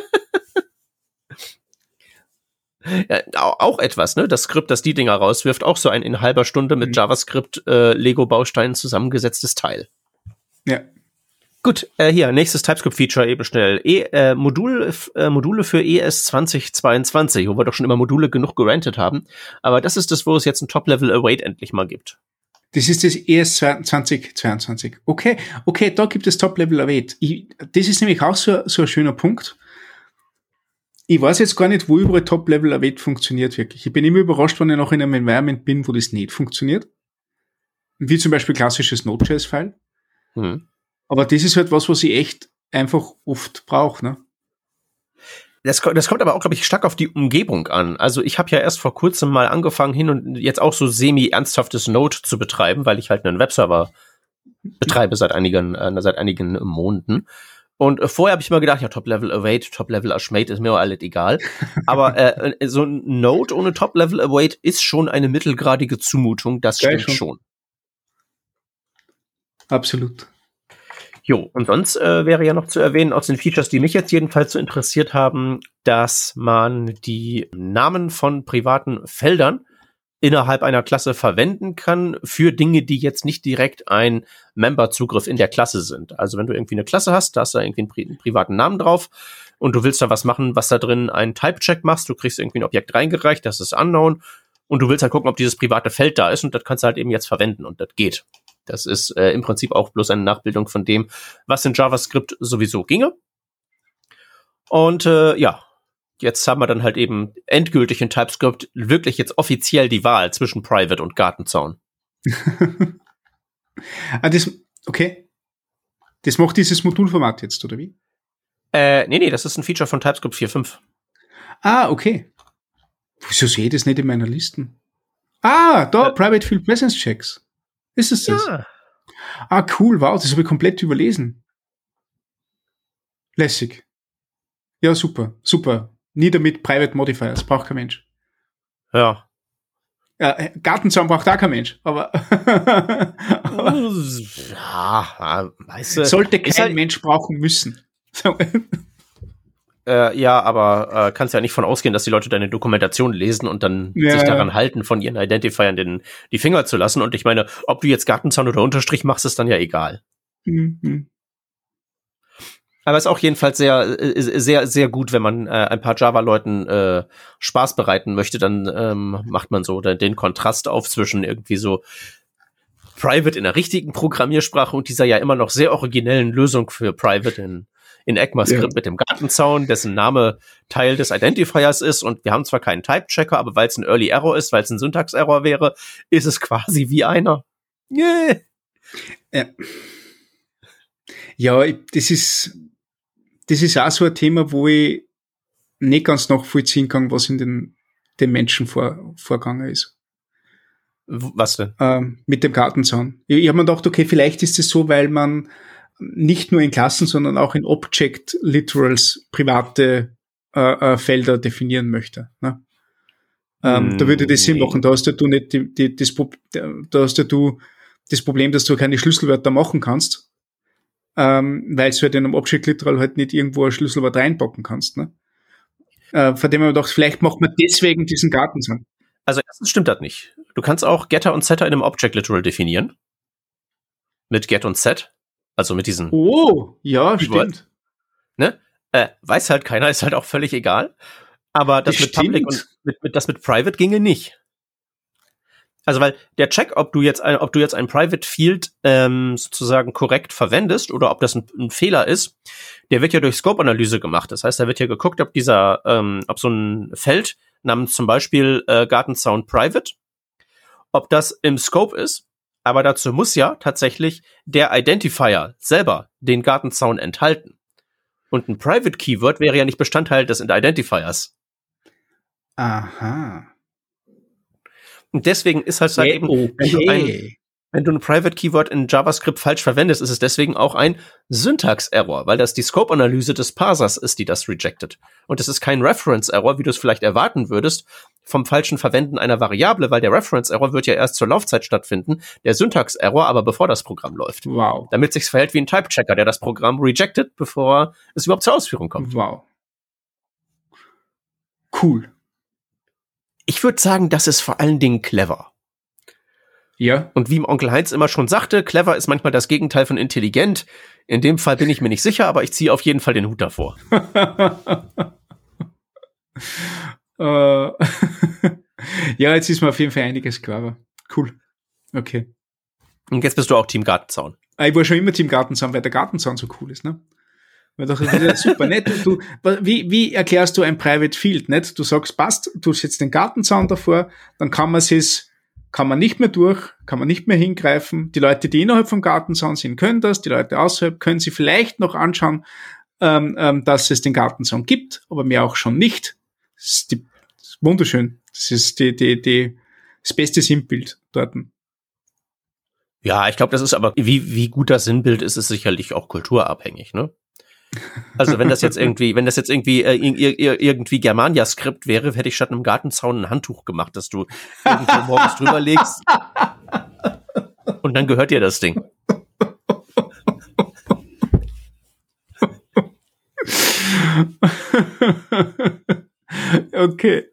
Ja, auch etwas, ne? Das Skript, das die Dinger rauswirft, auch so ein in halber Stunde mit JavaScript äh, Lego-Bausteinen zusammengesetztes Teil. Ja. Gut, äh, hier, nächstes TypeScript-Feature eben schnell. E, äh, Modul, äh, Module für E S zwanzig zweiundzwanzig, wo wir doch schon immer Module genug gerantet haben. Aber das ist das, wo es jetzt ein Top-Level-Await endlich mal gibt. Das ist das E S zwanzig zweiundzwanzig. Okay, okay, da gibt es Top-Level-Await. Das ist nämlich auch so, so ein schöner Punkt. Ich weiß jetzt gar nicht, wo überall Top-Level-Await funktioniert wirklich. Ich bin immer überrascht, wenn ich noch in einem Environment bin, wo das nicht funktioniert. Wie zum Beispiel klassisches Node.js-File. Hm. Aber das ist halt was, was ich echt einfach oft brauche, ne? Das, das kommt aber auch, glaube ich, stark auf die Umgebung an. Also ich habe ja erst vor kurzem mal angefangen, hin und jetzt auch so semi-ernsthaftes Node zu betreiben, weil ich halt einen Webserver betreibe seit einigen, äh, seit einigen Monaten. Und äh, vorher habe ich mal gedacht, ja, Top-Level-Await, Top-Level-Ashmate ist mir alles egal. Aber äh, so ein Node ohne Top-Level-Await ist schon eine mittelgradige Zumutung, das stimmt schon. schon. Absolut. Jo, und sonst äh, wäre ja noch zu erwähnen, aus den Features, die mich jetzt jedenfalls so interessiert haben, dass man die Namen von privaten Feldern innerhalb einer Klasse verwenden kann für Dinge, die jetzt nicht direkt ein Member-Zugriff in der Klasse sind. Also wenn du irgendwie eine Klasse hast, da hast du irgendwie einen, pri- einen privaten Namen drauf und du willst da was machen, was da drin einen Type-Check machst, du kriegst irgendwie ein Objekt reingereicht, das ist unknown und du willst halt gucken, ob dieses private Feld da ist und das kannst du halt eben jetzt verwenden und das geht. Das ist äh, im Prinzip auch bloß eine Nachbildung von dem, was in JavaScript sowieso ginge. Und äh, ja, jetzt haben wir dann halt eben endgültig in TypeScript wirklich jetzt offiziell die Wahl zwischen Private und Gartenzaun. ah, das, okay. Das macht dieses Modulformat jetzt, oder wie? Äh, nee, nee, das ist ein Feature von TypeScript vier Punkt fünf. Ah, okay. Wieso sehe ich das nicht in meiner Listen? Ah, da, äh, Private Field Presence Checks. Ist es das? Ja. Ah, cool, wow, das habe ich komplett überlesen. Lässig. Ja, super, super. Nieder mit Private Modifiers, braucht kein Mensch. Ja. Ja, Gartenzaun braucht auch kein Mensch, aber, aber ja, weißt du, sollte kein halt Mensch brauchen müssen. Äh, ja, aber äh, kannst ja nicht von ausgehen, dass die Leute deine Dokumentation lesen und dann ja. sich daran halten, von ihren Identifiern den, die Finger zu lassen. Und ich meine, ob du jetzt Gartenzaun oder Unterstrich machst, ist dann ja egal. Mhm. Aber es ist auch jedenfalls sehr, sehr, sehr gut, wenn man äh, ein paar Java-Leuten äh, Spaß bereiten möchte, dann ähm, macht man so den Kontrast auf zwischen irgendwie so Private in der richtigen Programmiersprache und dieser ja immer noch sehr originellen Lösung für Private in in ECMAScript ja. mit dem Gartenzaun, dessen Name Teil des Identifiers ist und wir haben zwar keinen Type-Checker, aber weil es ein Early Error ist, weil es ein Syntax-Error wäre, ist es quasi wie einer. Yeah. Ja, ja das ist das ist auch so ein Thema, wo ich nicht ganz nachvollziehen kann, was in den, den Menschen vor, vorgegangen ist. Was denn? Ähm, mit dem Gartenzaun. Ich, ich habe mir gedacht, okay, vielleicht ist es so, weil man nicht nur in Klassen, sondern auch in Object Literals private äh, äh, Felder definieren möchte. Ne? Ähm, mm, da würde das Sinn machen. Da hast ja du nicht die, die, das, da hast ja du das Problem, dass du keine Schlüsselwörter machen kannst, ähm, weil du halt in einem Object Literal halt nicht irgendwo ein Schlüsselwort reinpacken kannst. Ne? Äh, von dem habe ich gedacht, vielleicht macht man deswegen diesen Gartenzaun. Also erstens stimmt das nicht. Du kannst auch Getter und Setter in einem Object Literal definieren. Mit Get und Set. Also mit diesen. Oh, ja, stimmt. Ne? Äh, weiß halt keiner, ist halt auch völlig egal. Aber das, das mit stimmt. Public und mit, mit, das mit Private ginge nicht. Also weil der Check, ob du jetzt ein, ob du jetzt ein Private Field ähm, sozusagen korrekt verwendest oder ob das ein, ein Fehler ist, der wird ja durch Scope-Analyse gemacht. Das heißt, da wird ja geguckt, ob dieser, ähm, ob so ein Feld namens zum Beispiel äh, Gartenzaun Private, ob das im Scope ist. Aber dazu muss ja tatsächlich der Identifier selber den Gartenzaun enthalten. Und ein Private Keyword wäre ja nicht Bestandteil des Identifiers. Aha. Und deswegen ist halt, halt okay. eben, wenn du, ein, wenn du ein Private Keyword in JavaScript falsch verwendest, ist es deswegen auch ein Syntax-Error, weil das die Scope-Analyse des Parsers ist, die das rejected. Und es ist kein Reference-Error, wie du es vielleicht erwarten würdest, vom falschen Verwenden einer Variable, weil der Reference-Error wird ja erst zur Laufzeit stattfinden, der Syntax-Error aber bevor das Programm läuft. Wow. Damit sich's verhält wie ein Type-Checker, der das Programm rejected, bevor es überhaupt zur Ausführung kommt. Wow. Cool. Ich würde sagen, das ist vor allen Dingen clever. Ja. Und wie Onkel Heinz immer schon sagte, clever ist manchmal das Gegenteil von intelligent. In dem Fall bin ich mir nicht sicher, aber ich ziehe auf jeden Fall den Hut davor. Ja, jetzt ist mir auf jeden Fall einiges klarer. Cool. Okay. Und jetzt bist du auch Team Gartenzaun. Ich war schon immer Team Gartenzaun, weil der Gartenzaun so cool ist, ne? Weil das ist ja super, nicht? Du, wie, wie erklärst du ein Private Field, nicht? Du sagst, passt, du setzt den Gartenzaun davor, dann kann man es, kann man nicht mehr durch, kann man nicht mehr hingreifen. Die Leute, die innerhalb vom Gartenzaun sind, können das. Die Leute außerhalb können sie vielleicht noch anschauen, ähm, ähm, dass es den Gartenzaun gibt, aber mehr auch schon nicht. Das ist, die, das ist wunderschön. Das ist die, die, die, das beste Sinnbild dort. Ja, ich glaube, das ist aber, wie, wie gut das Sinnbild ist, ist sicherlich auch kulturabhängig, ne? Also wenn das jetzt irgendwie, wenn das jetzt irgendwie äh, irgendwie Germania-Skript wäre, hätte ich statt einem Gartenzaun ein Handtuch gemacht, das du irgendwo morgens drüber legst. Und dann gehört dir das Ding. Okay.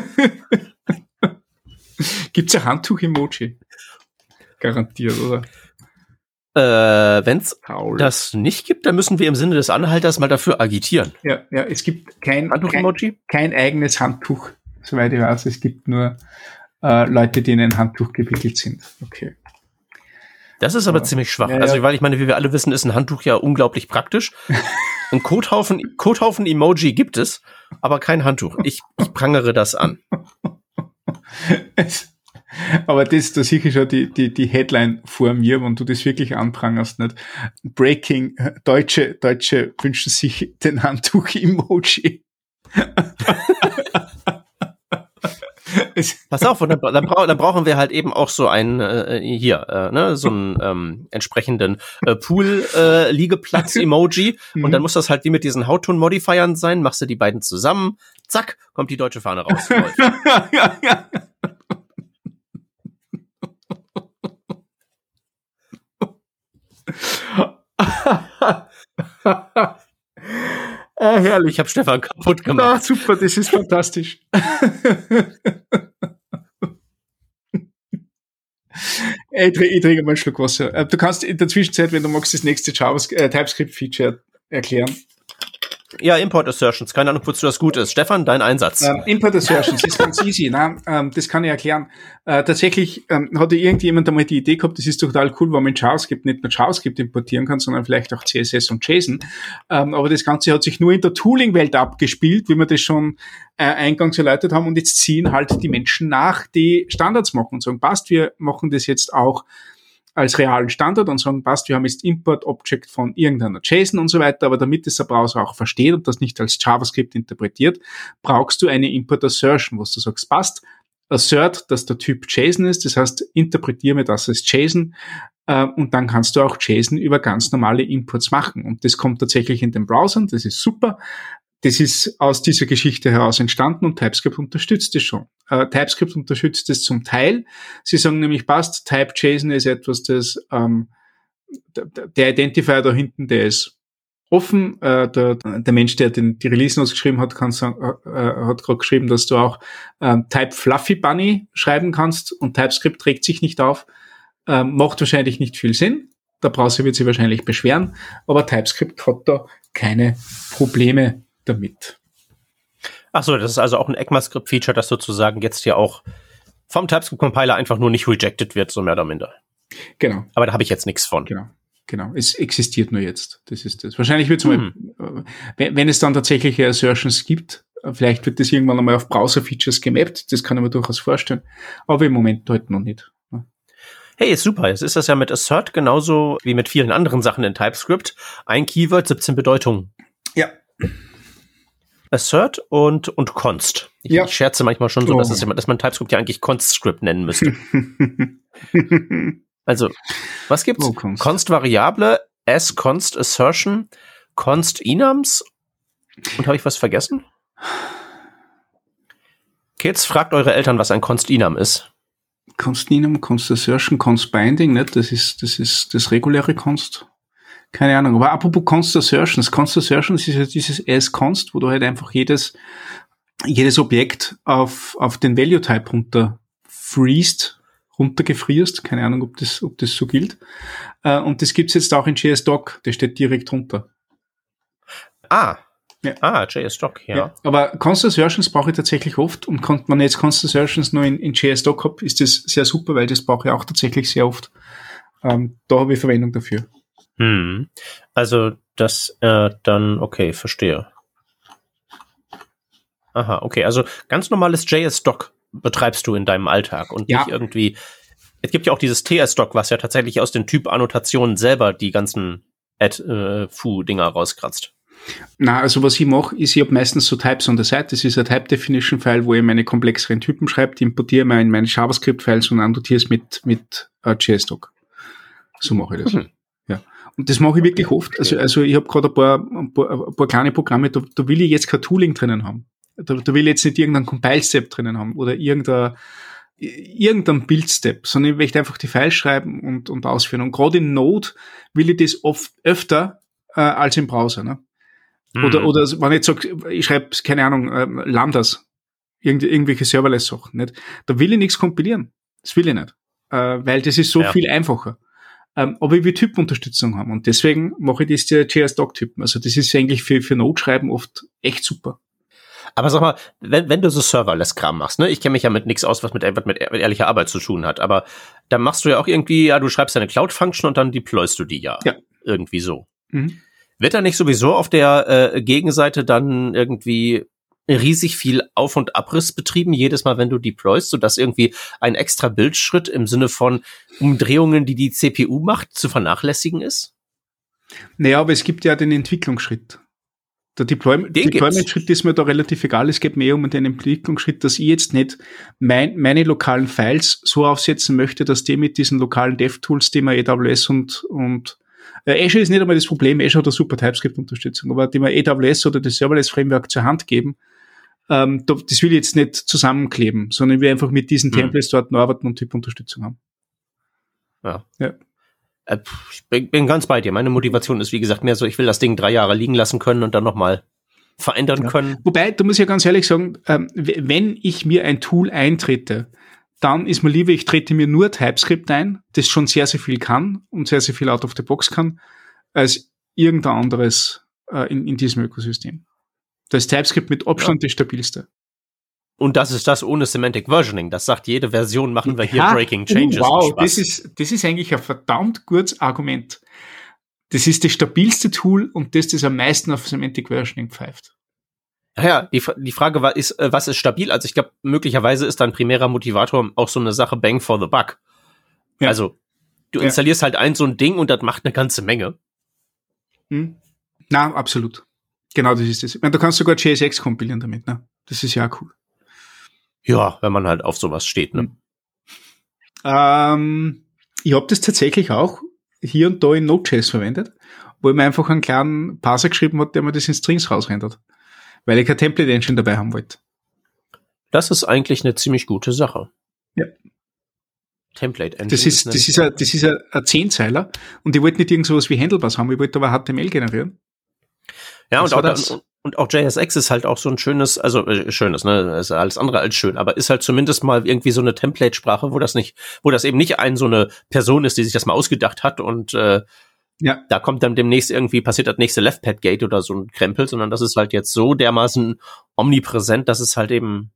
Gibt's ein Handtuch-Emoji? Garantiert, oder? Äh, wenn's Paul. das nicht gibt, dann müssen wir im Sinne des Anhalters mal dafür agitieren. Ja, ja, es gibt kein, Handtuch-Emoji? Kein, kein eigenes Handtuch, soweit ich weiß. Es gibt nur äh, Leute, die in ein Handtuch gewickelt sind. Okay. Das ist aber ja ziemlich schwach. Ja, ja. Also, weil ich meine, wie wir alle wissen, ist ein Handtuch ja unglaublich praktisch. Ein Kothaufen, Kothaufen-Emoji gibt es, aber kein Handtuch. Ich, ich prangere das an. Es, aber das, da sicher schon die, die, die Headline vor mir, wenn du das wirklich anprangerst, nicht? Breaking, Deutsche, Deutsche wünschen sich den Handtuch-Emoji. Pass auf, und dann, dann, bra- dann brauchen wir halt eben auch so einen, äh, hier, äh, ne, so einen ähm, entsprechenden äh, Pool-Liegeplatz-Emoji. Und dann muss das halt wie mit diesen Hautton-Modifiern sein. Machst du die beiden zusammen, zack, kommt die deutsche Fahne raus. ja, ja. Oh, herrlich, ich habe Stefan kaputt gemacht. Ah, super, das ist fantastisch. ich, trinke, ich trinke mal einen Schluck Wasser. Du kannst in der Zwischenzeit, wenn du magst, das nächste JavaScript, äh, TypeScript-Feature erklären. Ja, Import Assertions. Keine Ahnung, wozu das gut ist. Stefan, dein Einsatz. Ähm, Import Assertions ist ganz easy. Nein, ähm, das kann ich erklären. Äh, tatsächlich ähm, hatte irgendjemand einmal die Idee gehabt, das ist total cool, weil man in JavaScript nicht nur JavaScript importieren kann, sondern vielleicht auch C S S und JSON. Ähm, aber das Ganze hat sich nur in der Tooling-Welt abgespielt, wie wir das schon äh, eingangs erläutert haben. Und jetzt ziehen halt die Menschen nach, die Standards machen und sagen, passt, wir machen das jetzt auch als realen Standard und sagen, passt, wir haben jetzt Import-Object von irgendeiner JSON und so weiter, aber damit es der Browser auch versteht und das nicht als JavaScript interpretiert, brauchst du eine Import-Assertion, wo du sagst, passt, assert, dass der Typ JSON ist, das heißt, interpretiere mir das als JSON äh, und dann kannst du auch JSON über ganz normale Imports machen und das kommt tatsächlich in den Browsern, das ist super. Das ist aus dieser Geschichte heraus entstanden und TypeScript unterstützt es schon. Äh, TypeScript unterstützt es zum Teil. Sie sagen nämlich, passt, Type.json ist etwas, das ähm, der, der Identifier da hinten, der ist offen. Äh, der, der Mensch, der den, die Release Notes geschrieben hat, kann sagen, äh, hat gerade geschrieben, dass du auch ähm, Type Fluffy Bunny schreiben kannst und TypeScript trägt sich nicht auf. Ähm, macht wahrscheinlich nicht viel Sinn. Der Browser wird sich wahrscheinlich beschweren, aber TypeScript hat da keine Probleme damit. Ach so, das ist also auch ein ECMAScript-Feature, das sozusagen jetzt ja auch vom TypeScript-Compiler einfach nur nicht rejected wird, so mehr oder minder. Genau. Aber da habe ich jetzt nichts von. Genau. Genau, es existiert nur jetzt. Das ist das. Wahrscheinlich wird es hm. mal, wenn, wenn es dann tatsächliche Assertions gibt, vielleicht wird das irgendwann einmal auf Browser-Features gemappt. Das kann ich mir durchaus vorstellen. Aber im Moment halt noch nicht. Hey, ist super. Jetzt ist das ja mit Assert genauso wie mit vielen anderen Sachen in TypeScript. Ein Keyword, siebzehn Bedeutungen. Ja. Assert und, und Const. Ich, ja. ich scherze manchmal schon so, oh. dass, es, dass man TypeScript ja eigentlich Constscript nennen müsste. Also, was gibt's? Oh, Const. Const-Variable, as-Const Assertion, Const-Enums. Und habe ich was vergessen? Kids, fragt eure Eltern, was ein Const-Enum ist. Const-Enum, Const-Assertion, Const-Binding, nicht? Das ist, das ist das reguläre Const. Keine Ahnung. Aber apropos Const-Assertions. Const-Assertions ist ja dieses as-Const, wo du halt einfach jedes, jedes Objekt auf, auf den Value-Type runter freest, runtergefrierst. Keine Ahnung, ob das, ob das so gilt. Äh, und das gibt's jetzt auch in J S Doc. Das steht direkt runter. Ah. Ja. Ah, J S Doc, ja. ja. Aber Const Assertions brauche ich tatsächlich oft. Und kon- wenn ich jetzt Const Assertions nur in, in J S Doc habe, ist das sehr super, weil das brauche ich auch tatsächlich sehr oft. Ähm, da habe ich Verwendung dafür. Hm. Also, das, äh, dann, okay, verstehe. Aha, okay. Also, ganz normales J S Doc betreibst du in deinem Alltag und ja. nicht irgendwie, es gibt ja auch dieses T S Doc, was ja tatsächlich aus den Typ-Annotationen selber die ganzen Add-Foo-Dinger rauskratzt. Na, also was ich mache, ist, ich habe meistens so Types on the side. Das ist ein Type-Definition-File, wo ich meine komplexeren Typen schreibe, die importiere ich in meine JavaScript-Files und annotiere es mit, mit uh, J S Doc. So mache ich das. Mhm. Ja. Und das mache ich wirklich okay, oft. Also, also ich habe gerade ein paar, ein, paar, ein paar kleine Programme, da, da will ich jetzt kein Tooling drinnen haben. Da, da will ich jetzt nicht irgendeinen Compile-Step drinnen haben oder irgendein, irgendein Build-Step, sondern ich möchte einfach die Files schreiben und, und ausführen. Und gerade in Node will ich das oft öfter äh, als im Browser. Ne? Oder, mhm. oder wenn ich jetzt sage, ich schreibe, keine Ahnung, äh, Lambdas, irgend, irgendwelche Serverless-Sachen, nicht? Da will ich nichts kompilieren. Das will ich nicht. Äh, weil das ist so ja. viel einfacher. Ähm, aber ich will Typenunterstützung haben. Und deswegen mache ich das der J S Doc-Typen. Also das ist eigentlich für, für Node-Schreiben oft echt super. Aber sag mal, wenn, wenn du so Serverless-Kram machst, ne, ich kenne mich ja mit nichts aus, was mit, mit, mit ehrlicher Arbeit zu tun hat, aber dann machst du ja auch irgendwie, ja, du schreibst deine Cloud-Function und dann deployst du die ja. Ja. Irgendwie so. Mhm. Wird da nicht sowieso auf der äh, Gegenseite dann irgendwie riesig viel Auf- und Abriss betrieben, jedes Mal, wenn du deployst, sodass irgendwie ein extra Bildschritt im Sinne von Umdrehungen, die die C P U macht, zu vernachlässigen ist? Naja, aber es gibt ja den Entwicklungsschritt. Der Deploy- Deployment-Schritt ist mir da relativ egal. Es geht mehr um den Entwicklungsschritt, dass ich jetzt nicht mein, meine lokalen Files so aufsetzen möchte, dass die mit diesen lokalen Dev-Tools, die man A W S und, und äh, Azure ist nicht einmal das Problem, Azure hat eine super TypeScript-Unterstützung, aber die man A W S oder das Serverless-Framework zur Hand geben, ähm, das will ich jetzt nicht zusammenkleben, sondern wir einfach mit diesen hm. Templates dort arbeiten und Typunterstützung haben. Ja. Ja. Ich bin ganz bei dir. Meine Motivation ist, wie gesagt, mehr so, ich will das Ding drei Jahre liegen lassen können und dann nochmal verändern ja. können. Wobei, da muss ich ja ganz ehrlich sagen, ähm, wenn ich mir ein Tool eintrete, dann ist mir lieber, ich trete mir nur TypeScript ein, das schon sehr, sehr viel kann und sehr, sehr viel out of the box kann, als irgendein anderes äh, in, in diesem Ökosystem. Da ist TypeScript mit Abstand ja. das stabilste. Und das ist das ohne Semantic Versioning. Das sagt, jede Version machen wir hier ja, Breaking Changes. Oh, wow, das ist, das ist eigentlich ein verdammt gutes Argument. Das ist das stabilste Tool und das, das am meisten auf Semantic Versioning pfeift. Ja, die, die Frage war, ist, was ist stabil? Also ich glaube, möglicherweise ist ein primärer Motivator auch so eine Sache Bang for the Buck. Ja. Also du ja. installierst halt ein so ein Ding und das macht eine ganze Menge. Hm. Na, absolut. Genau, das ist das. Ich meine, du kannst sogar J S X kompilieren damit, ne? Das ist ja auch cool. Ja, wenn man halt auf sowas steht, ne? Ähm, ich habe das tatsächlich auch hier und da in Node.js verwendet, wo ich mir einfach einen kleinen Parser geschrieben hat, der mir das in Strings rausrendert, weil ich kein Template-Engine dabei haben wollte. Das ist eigentlich eine ziemlich gute Sache. Ja. Template-Engine. Das ist, das ist, ein, das ist ein, ein Zehnzeiler und ich wollte nicht irgend sowas wie Handlebars haben, ich wollte aber H T M L generieren. Ja, und auch, das. und auch J S X ist halt auch so ein schönes, also äh, schönes, ne, ist alles andere als schön, aber ist halt zumindest mal irgendwie so eine Template-Sprache, wo das nicht, wo das eben nicht ein so eine Person ist, die sich das mal ausgedacht hat und äh, ja. da kommt dann demnächst irgendwie, passiert das nächste Left-Pad-Gate oder so ein Krempel, sondern das ist halt jetzt so dermaßen omnipräsent, dass es halt eben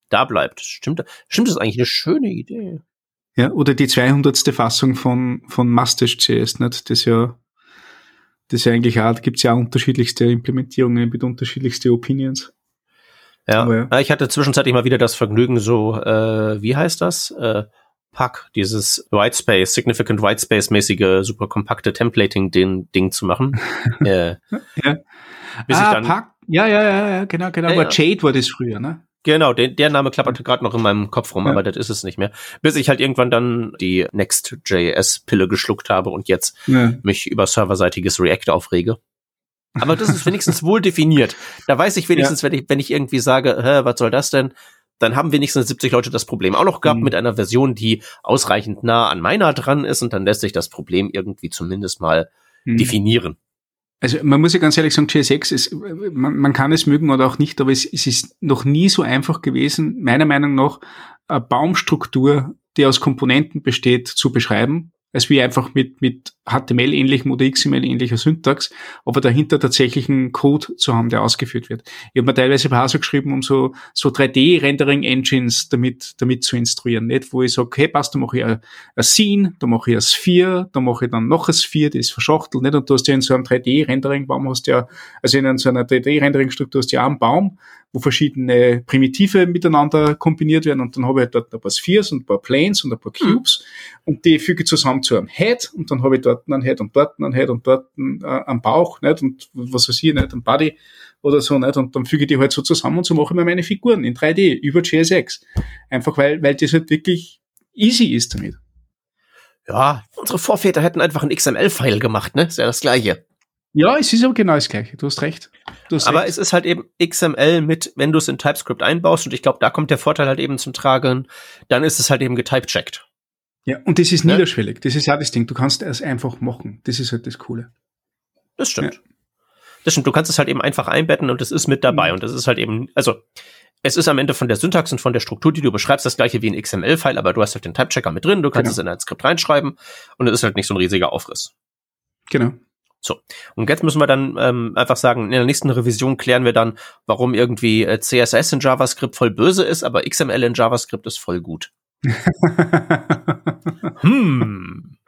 da bleibt. Stimmt, stimmt, das ist eigentlich eine schöne Idee. Ja, oder die zweihundertste Fassung von, von Mustache.js, nicht? Das ja, das ja eigentlich auch, da gibt's ja auch unterschiedlichste Implementierungen mit unterschiedlichste Opinions. Ja, ja. Ich hatte zwischenzeitlich mal wieder das Vergnügen, so, äh, wie heißt das? Äh, P U C, dieses Whitespace, Significant Whitespace-mäßige, super kompakte Templating-Ding zu machen. äh, ja. bis ah, ich dann, P U C, ja, ja, ja, ja, genau, genau, ja, aber ja. Jade war das früher, ne? Genau, den, der Name klapperte gerade noch in meinem Kopf rum, ja. aber das ist es nicht mehr. Bis ich halt irgendwann dann die Next.js-Pille geschluckt habe und jetzt ja. mich über serverseitiges React aufrege. Aber das ist wenigstens wohl definiert. Da weiß ich wenigstens, ja. wenn ich, wenn ich irgendwie sage, hä, was soll das denn? Dann haben wenigstens siebzig Leute das Problem auch noch gehabt mhm. mit einer Version, die ausreichend nah an meiner dran ist und dann lässt sich das Problem irgendwie zumindest mal mhm. definieren. Also man muss ja ganz ehrlich sagen, J S X ist, man, man kann es mögen oder auch nicht, aber es, es ist noch nie so einfach gewesen, meiner Meinung nach, eine Baumstruktur, die aus Komponenten besteht, zu beschreiben, als wie einfach mit mit H T M L-ähnlichem oder X M L-ähnlicher Syntax, aber dahinter tatsächlich einen Code zu haben, der ausgeführt wird. Ich habe mir teilweise ein paar so geschrieben, um so so drei D-Rendering-Engines damit damit zu instruieren, nicht? Wo ich sage, hey, passt, da mache ich ein, ein Scene, da mache ich eine Sphere, da mache ich dann noch eine Sphere, die ist verschachtelt, nicht? Und du hast ja in so einem drei D-Rendering-Baum hast ja, also in so einer drei D-Rendering-Struktur hast du ja auch einen Baum, wo verschiedene Primitive miteinander kombiniert werden und dann habe ich dort ein paar Spheres und ein paar Planes und ein paar Cubes mhm. und die füge ich zusammen zu einem Head und dann habe ich dort einen Head und dort einen Head und dort einen, äh, einen Bauch, nicht? Und was weiß ich, nicht? Ein Body oder so, nicht? Und dann füge ich die halt so zusammen und so mache ich mir meine Figuren in drei D über J S X. Einfach weil, weil das halt wirklich easy ist damit. Ja, unsere Vorväter hätten einfach ein X M L-File gemacht, ne? Ist ja das Gleiche. Ja, es ist aber genau das Gleiche. Du hast recht. Du hast aber recht. Es ist halt eben X M L mit, wenn du es in TypeScript einbaust, und ich glaube, da kommt der Vorteil halt eben zum Tragen, dann ist es halt eben getypecheckt. Ja, und das ist ja? niederschwellig. Das ist ja das Ding. Du kannst es einfach machen. Das ist halt das Coole. Das stimmt. Ja. Das stimmt. Du kannst es halt eben einfach einbetten und es ist mit dabei. Mhm. Und das ist halt eben, also, es ist am Ende von der Syntax und von der Struktur, die du beschreibst, das gleiche wie ein X M L-File, aber du hast halt den Typechecker mit drin, du kannst genau. es in ein Skript reinschreiben und es ist halt nicht so ein riesiger Aufriss. Genau. So, und jetzt müssen wir dann ähm, einfach sagen, in der nächsten Revision klären wir dann, warum irgendwie äh, C S S in JavaScript voll böse ist, aber X M L in JavaScript ist voll gut. hm.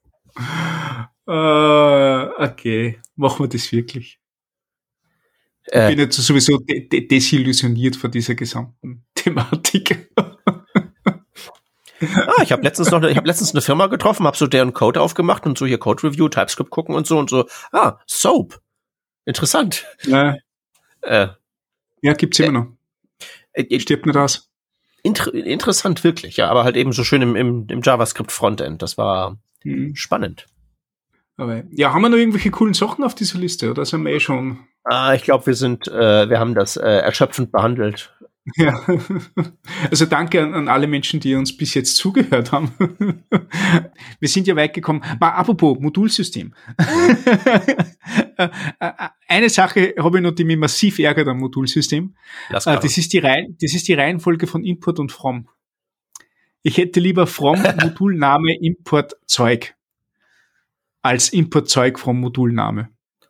Uh, okay, machen wir das wirklich. Äh, ich bin jetzt sowieso de- de- desillusioniert von dieser gesamten Thematik. Ah, ich habe letztens noch, eine, ich habe letztens eine Firma getroffen, habe so deren Code aufgemacht und so hier Code Review, TypeScript gucken und so und so. Ah, Soap, interessant. Ja, äh, ja gibt's immer noch. Äh, Stirbt nicht aus. Inter- interessant wirklich, ja, aber halt eben so schön im, im, im JavaScript Frontend. Das war hm. spannend. Aber, ja, haben wir noch irgendwelche coolen Sachen auf dieser Liste oder sind wir eh schon? Ah, ich glaube, wir sind, äh, wir haben das äh, erschöpfend behandelt. Ja, also danke an, an alle Menschen, die uns bis jetzt zugehört haben. Wir sind ja weit gekommen. Mal apropos Modulsystem. Eine Sache habe ich noch, die mich massiv ärgert am Modulsystem. Das ist die Reihen, das ist die Reihenfolge von Import und From. Ich hätte lieber From Modulname Import Zeug als Import Zeug from Modulname.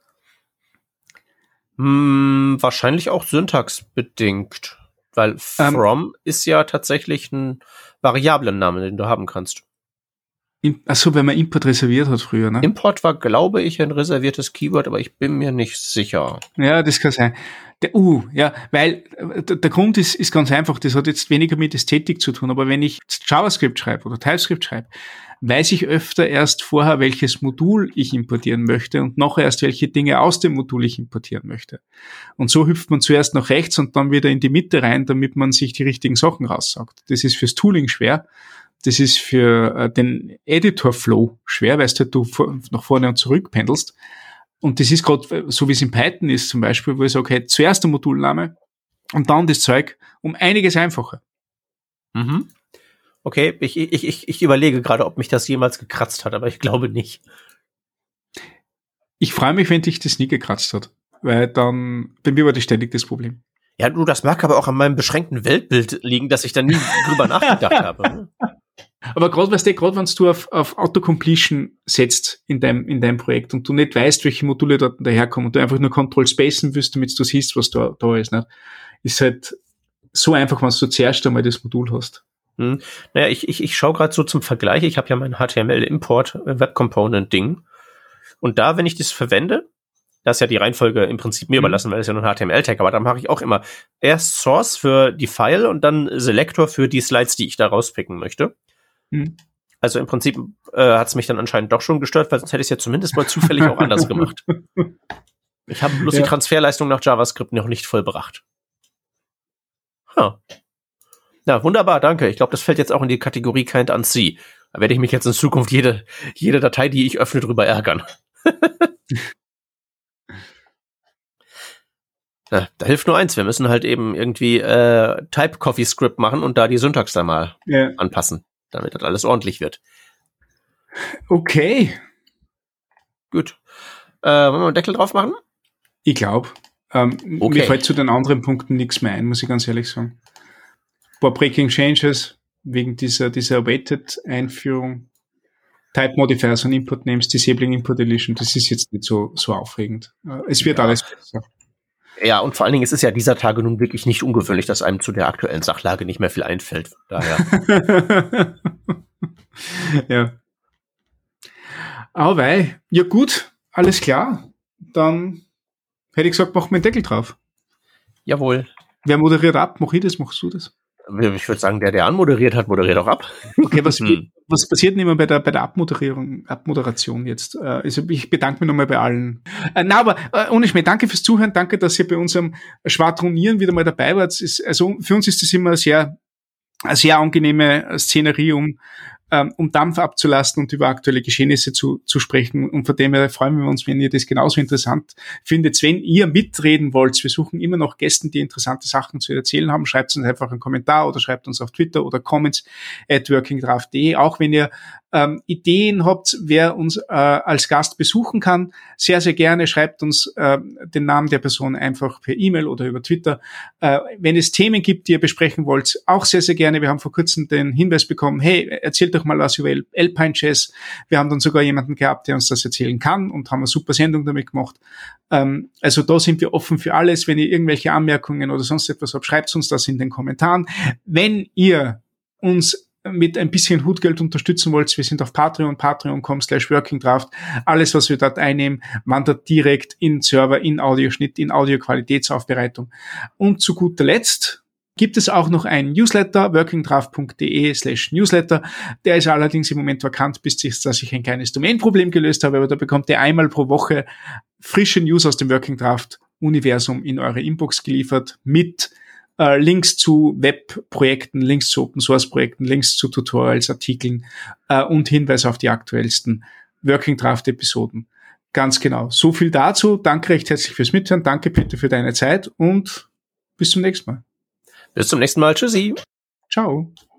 Hm, wahrscheinlich auch syntaxbedingt. Weil from ähm, ist ja tatsächlich ein Variablenname, den du haben kannst. Achso, wenn man Import reserviert hat früher, ne? Import war, glaube ich, ein reserviertes Keyword, aber ich bin mir nicht sicher. Ja, das kann sein. Der, uh, ja, weil der, der Grund ist, ist ganz einfach, das hat jetzt weniger mit Ästhetik zu tun, aber wenn ich JavaScript schreibe oder TypeScript schreibe, weiß ich öfter erst vorher, welches Modul ich importieren möchte und nachher erst, welche Dinge aus dem Modul ich importieren möchte. Und so hüpft man zuerst nach rechts und dann wieder in die Mitte rein, damit man sich die richtigen Sachen raussagt. Das ist fürs Tooling schwer. Das ist für äh, den Editor-Flow schwer, weil du vor, nach vorne und zurück pendelst. Und das ist gerade, so wie es in Python ist zum Beispiel, wo ich sage, hey, zuerst der Modulname und dann das Zeug, um einiges einfacher. Mhm. Okay, ich, ich, ich, ich überlege gerade, ob mich das jemals gekratzt hat, aber ich glaube nicht. Ich freue mich, wenn dich das nie gekratzt hat, weil dann, bei mir war das ständig das Problem. Ja, du, das mag aber auch an meinem beschränkten Weltbild liegen, dass ich da nie drüber nachgedacht habe. Aber gerade, weißt du, gerade wenn du auf, auf Autocompletion setzt in deinem, in deinem Projekt und du nicht weißt, welche Module dort daherkommen und du einfach nur Control spacen willst, damit du siehst, was da, da ist, ne? Ist halt, so einfach, wenn du zuerst einmal das Modul hast. Hm. Naja, ich, ich, ich schaue gerade so zum Vergleich. Ich habe ja mein H T M L-Import Web Component Ding. Und da, wenn ich das verwende, das ist ja die Reihenfolge im Prinzip mir mhm. überlassen, weil es ja nur ein H T M L-Tag, aber da mache ich auch immer erst Source für die File und dann Selector für die Slides, die ich da rauspicken möchte. Mhm. Also im Prinzip äh, hat es mich dann anscheinend doch schon gestört, weil sonst hätte ich es ja zumindest mal zufällig auch anders gemacht. Ich habe bloß ja. die Transferleistung nach JavaScript noch nicht vollbracht. Huh. Ja, wunderbar, danke. Ich glaube, das fällt jetzt auch in die Kategorie Kind an C. Da werde ich mich jetzt in Zukunft jede, jede Datei, die ich öffne, drüber ärgern. Ja, da hilft nur eins, wir müssen halt eben irgendwie äh, Type-Coffee-Script machen und da die Syntax dann mal ja. anpassen, damit das alles ordentlich wird. Okay. Gut. Äh, wollen wir einen Deckel drauf machen? Ich glaube. Ähm, okay. Mir fällt zu den anderen Punkten nichts mehr ein, muss ich ganz ehrlich sagen. Ein paar Breaking Changes wegen dieser, dieser Awaited-Einführung. Type Modifiers und Import Names, Disabling Import Deletion, das ist jetzt nicht so, so aufregend. Es wird ja. alles besser. Ja, und vor allen Dingen, es ist ja dieser Tage nun wirklich nicht ungewöhnlich, dass einem zu der aktuellen Sachlage nicht mehr viel einfällt. Daher. Ja. Aber wei, ja gut, alles klar. Dann hätte ich gesagt, machen wir den Deckel drauf. Jawohl. Wer moderiert ab? Mach ich das, machst du das? Ich würde sagen, der, der anmoderiert hat, moderiert auch ab. Okay, was, hm. was passiert denn immer bei der, bei der Abmoderierung, Abmoderation jetzt? Also ich bedanke mich nochmal bei allen. Äh, na, aber äh, ohne Schmäh, danke fürs Zuhören, danke, dass ihr bei unserem Schwadronieren wieder mal dabei wart. Ist, also für uns ist das immer sehr, eine sehr angenehme Szenerie, um um Dampf abzulassen und über aktuelle Geschehnisse zu, zu sprechen. Und von dem her freuen wir uns, wenn ihr das genauso interessant findet. Wenn ihr mitreden wollt, wir suchen immer noch Gäste, die interessante Sachen zu erzählen haben. Schreibt uns einfach einen Kommentar oder schreibt uns auf Twitter oder comments at workingdraft punkt de. Auch wenn ihr ähm, Ideen habt, wer uns äh, als Gast besuchen kann, sehr, sehr gerne. Schreibt uns äh, den Namen der Person einfach per E-Mail oder über Twitter. Äh, wenn es Themen gibt, die ihr besprechen wollt, auch sehr, sehr gerne. Wir haben vor kurzem den Hinweis bekommen, hey, erzählt doch mal was über Alpine Jazz. Wir haben dann sogar jemanden gehabt, der uns das erzählen kann und haben eine super Sendung damit gemacht. Ähm, also da sind wir offen für alles. Wenn ihr irgendwelche Anmerkungen oder sonst etwas habt, schreibt uns das in den Kommentaren. Wenn ihr uns mit ein bisschen Hutgeld unterstützen wollt, wir sind auf Patreon, patreon punkt com slash workingdraft. Alles, was wir dort einnehmen, wandert direkt in Server, in Audioschnitt, in Audioqualitätsaufbereitung. Und zu guter Letzt gibt es auch noch einen Newsletter, workingdraft punkt de slash newsletter. Der ist allerdings im Moment vakant, bis sich, dass ich ein kleines Domainproblem gelöst habe, aber da bekommt ihr einmal pro Woche frische News aus dem Workingdraft-Universum in eure Inbox geliefert mit äh, Links zu Webprojekten, Links zu Open-Source-Projekten, Links zu Tutorials, Artikeln äh, und Hinweise auf die aktuellsten Workingdraft-Episoden. Ganz genau. So viel dazu. Danke recht herzlich fürs Mithören. Danke, Peter, für deine Zeit und bis zum nächsten Mal. Bis zum nächsten Mal. Tschüssi. Ciao.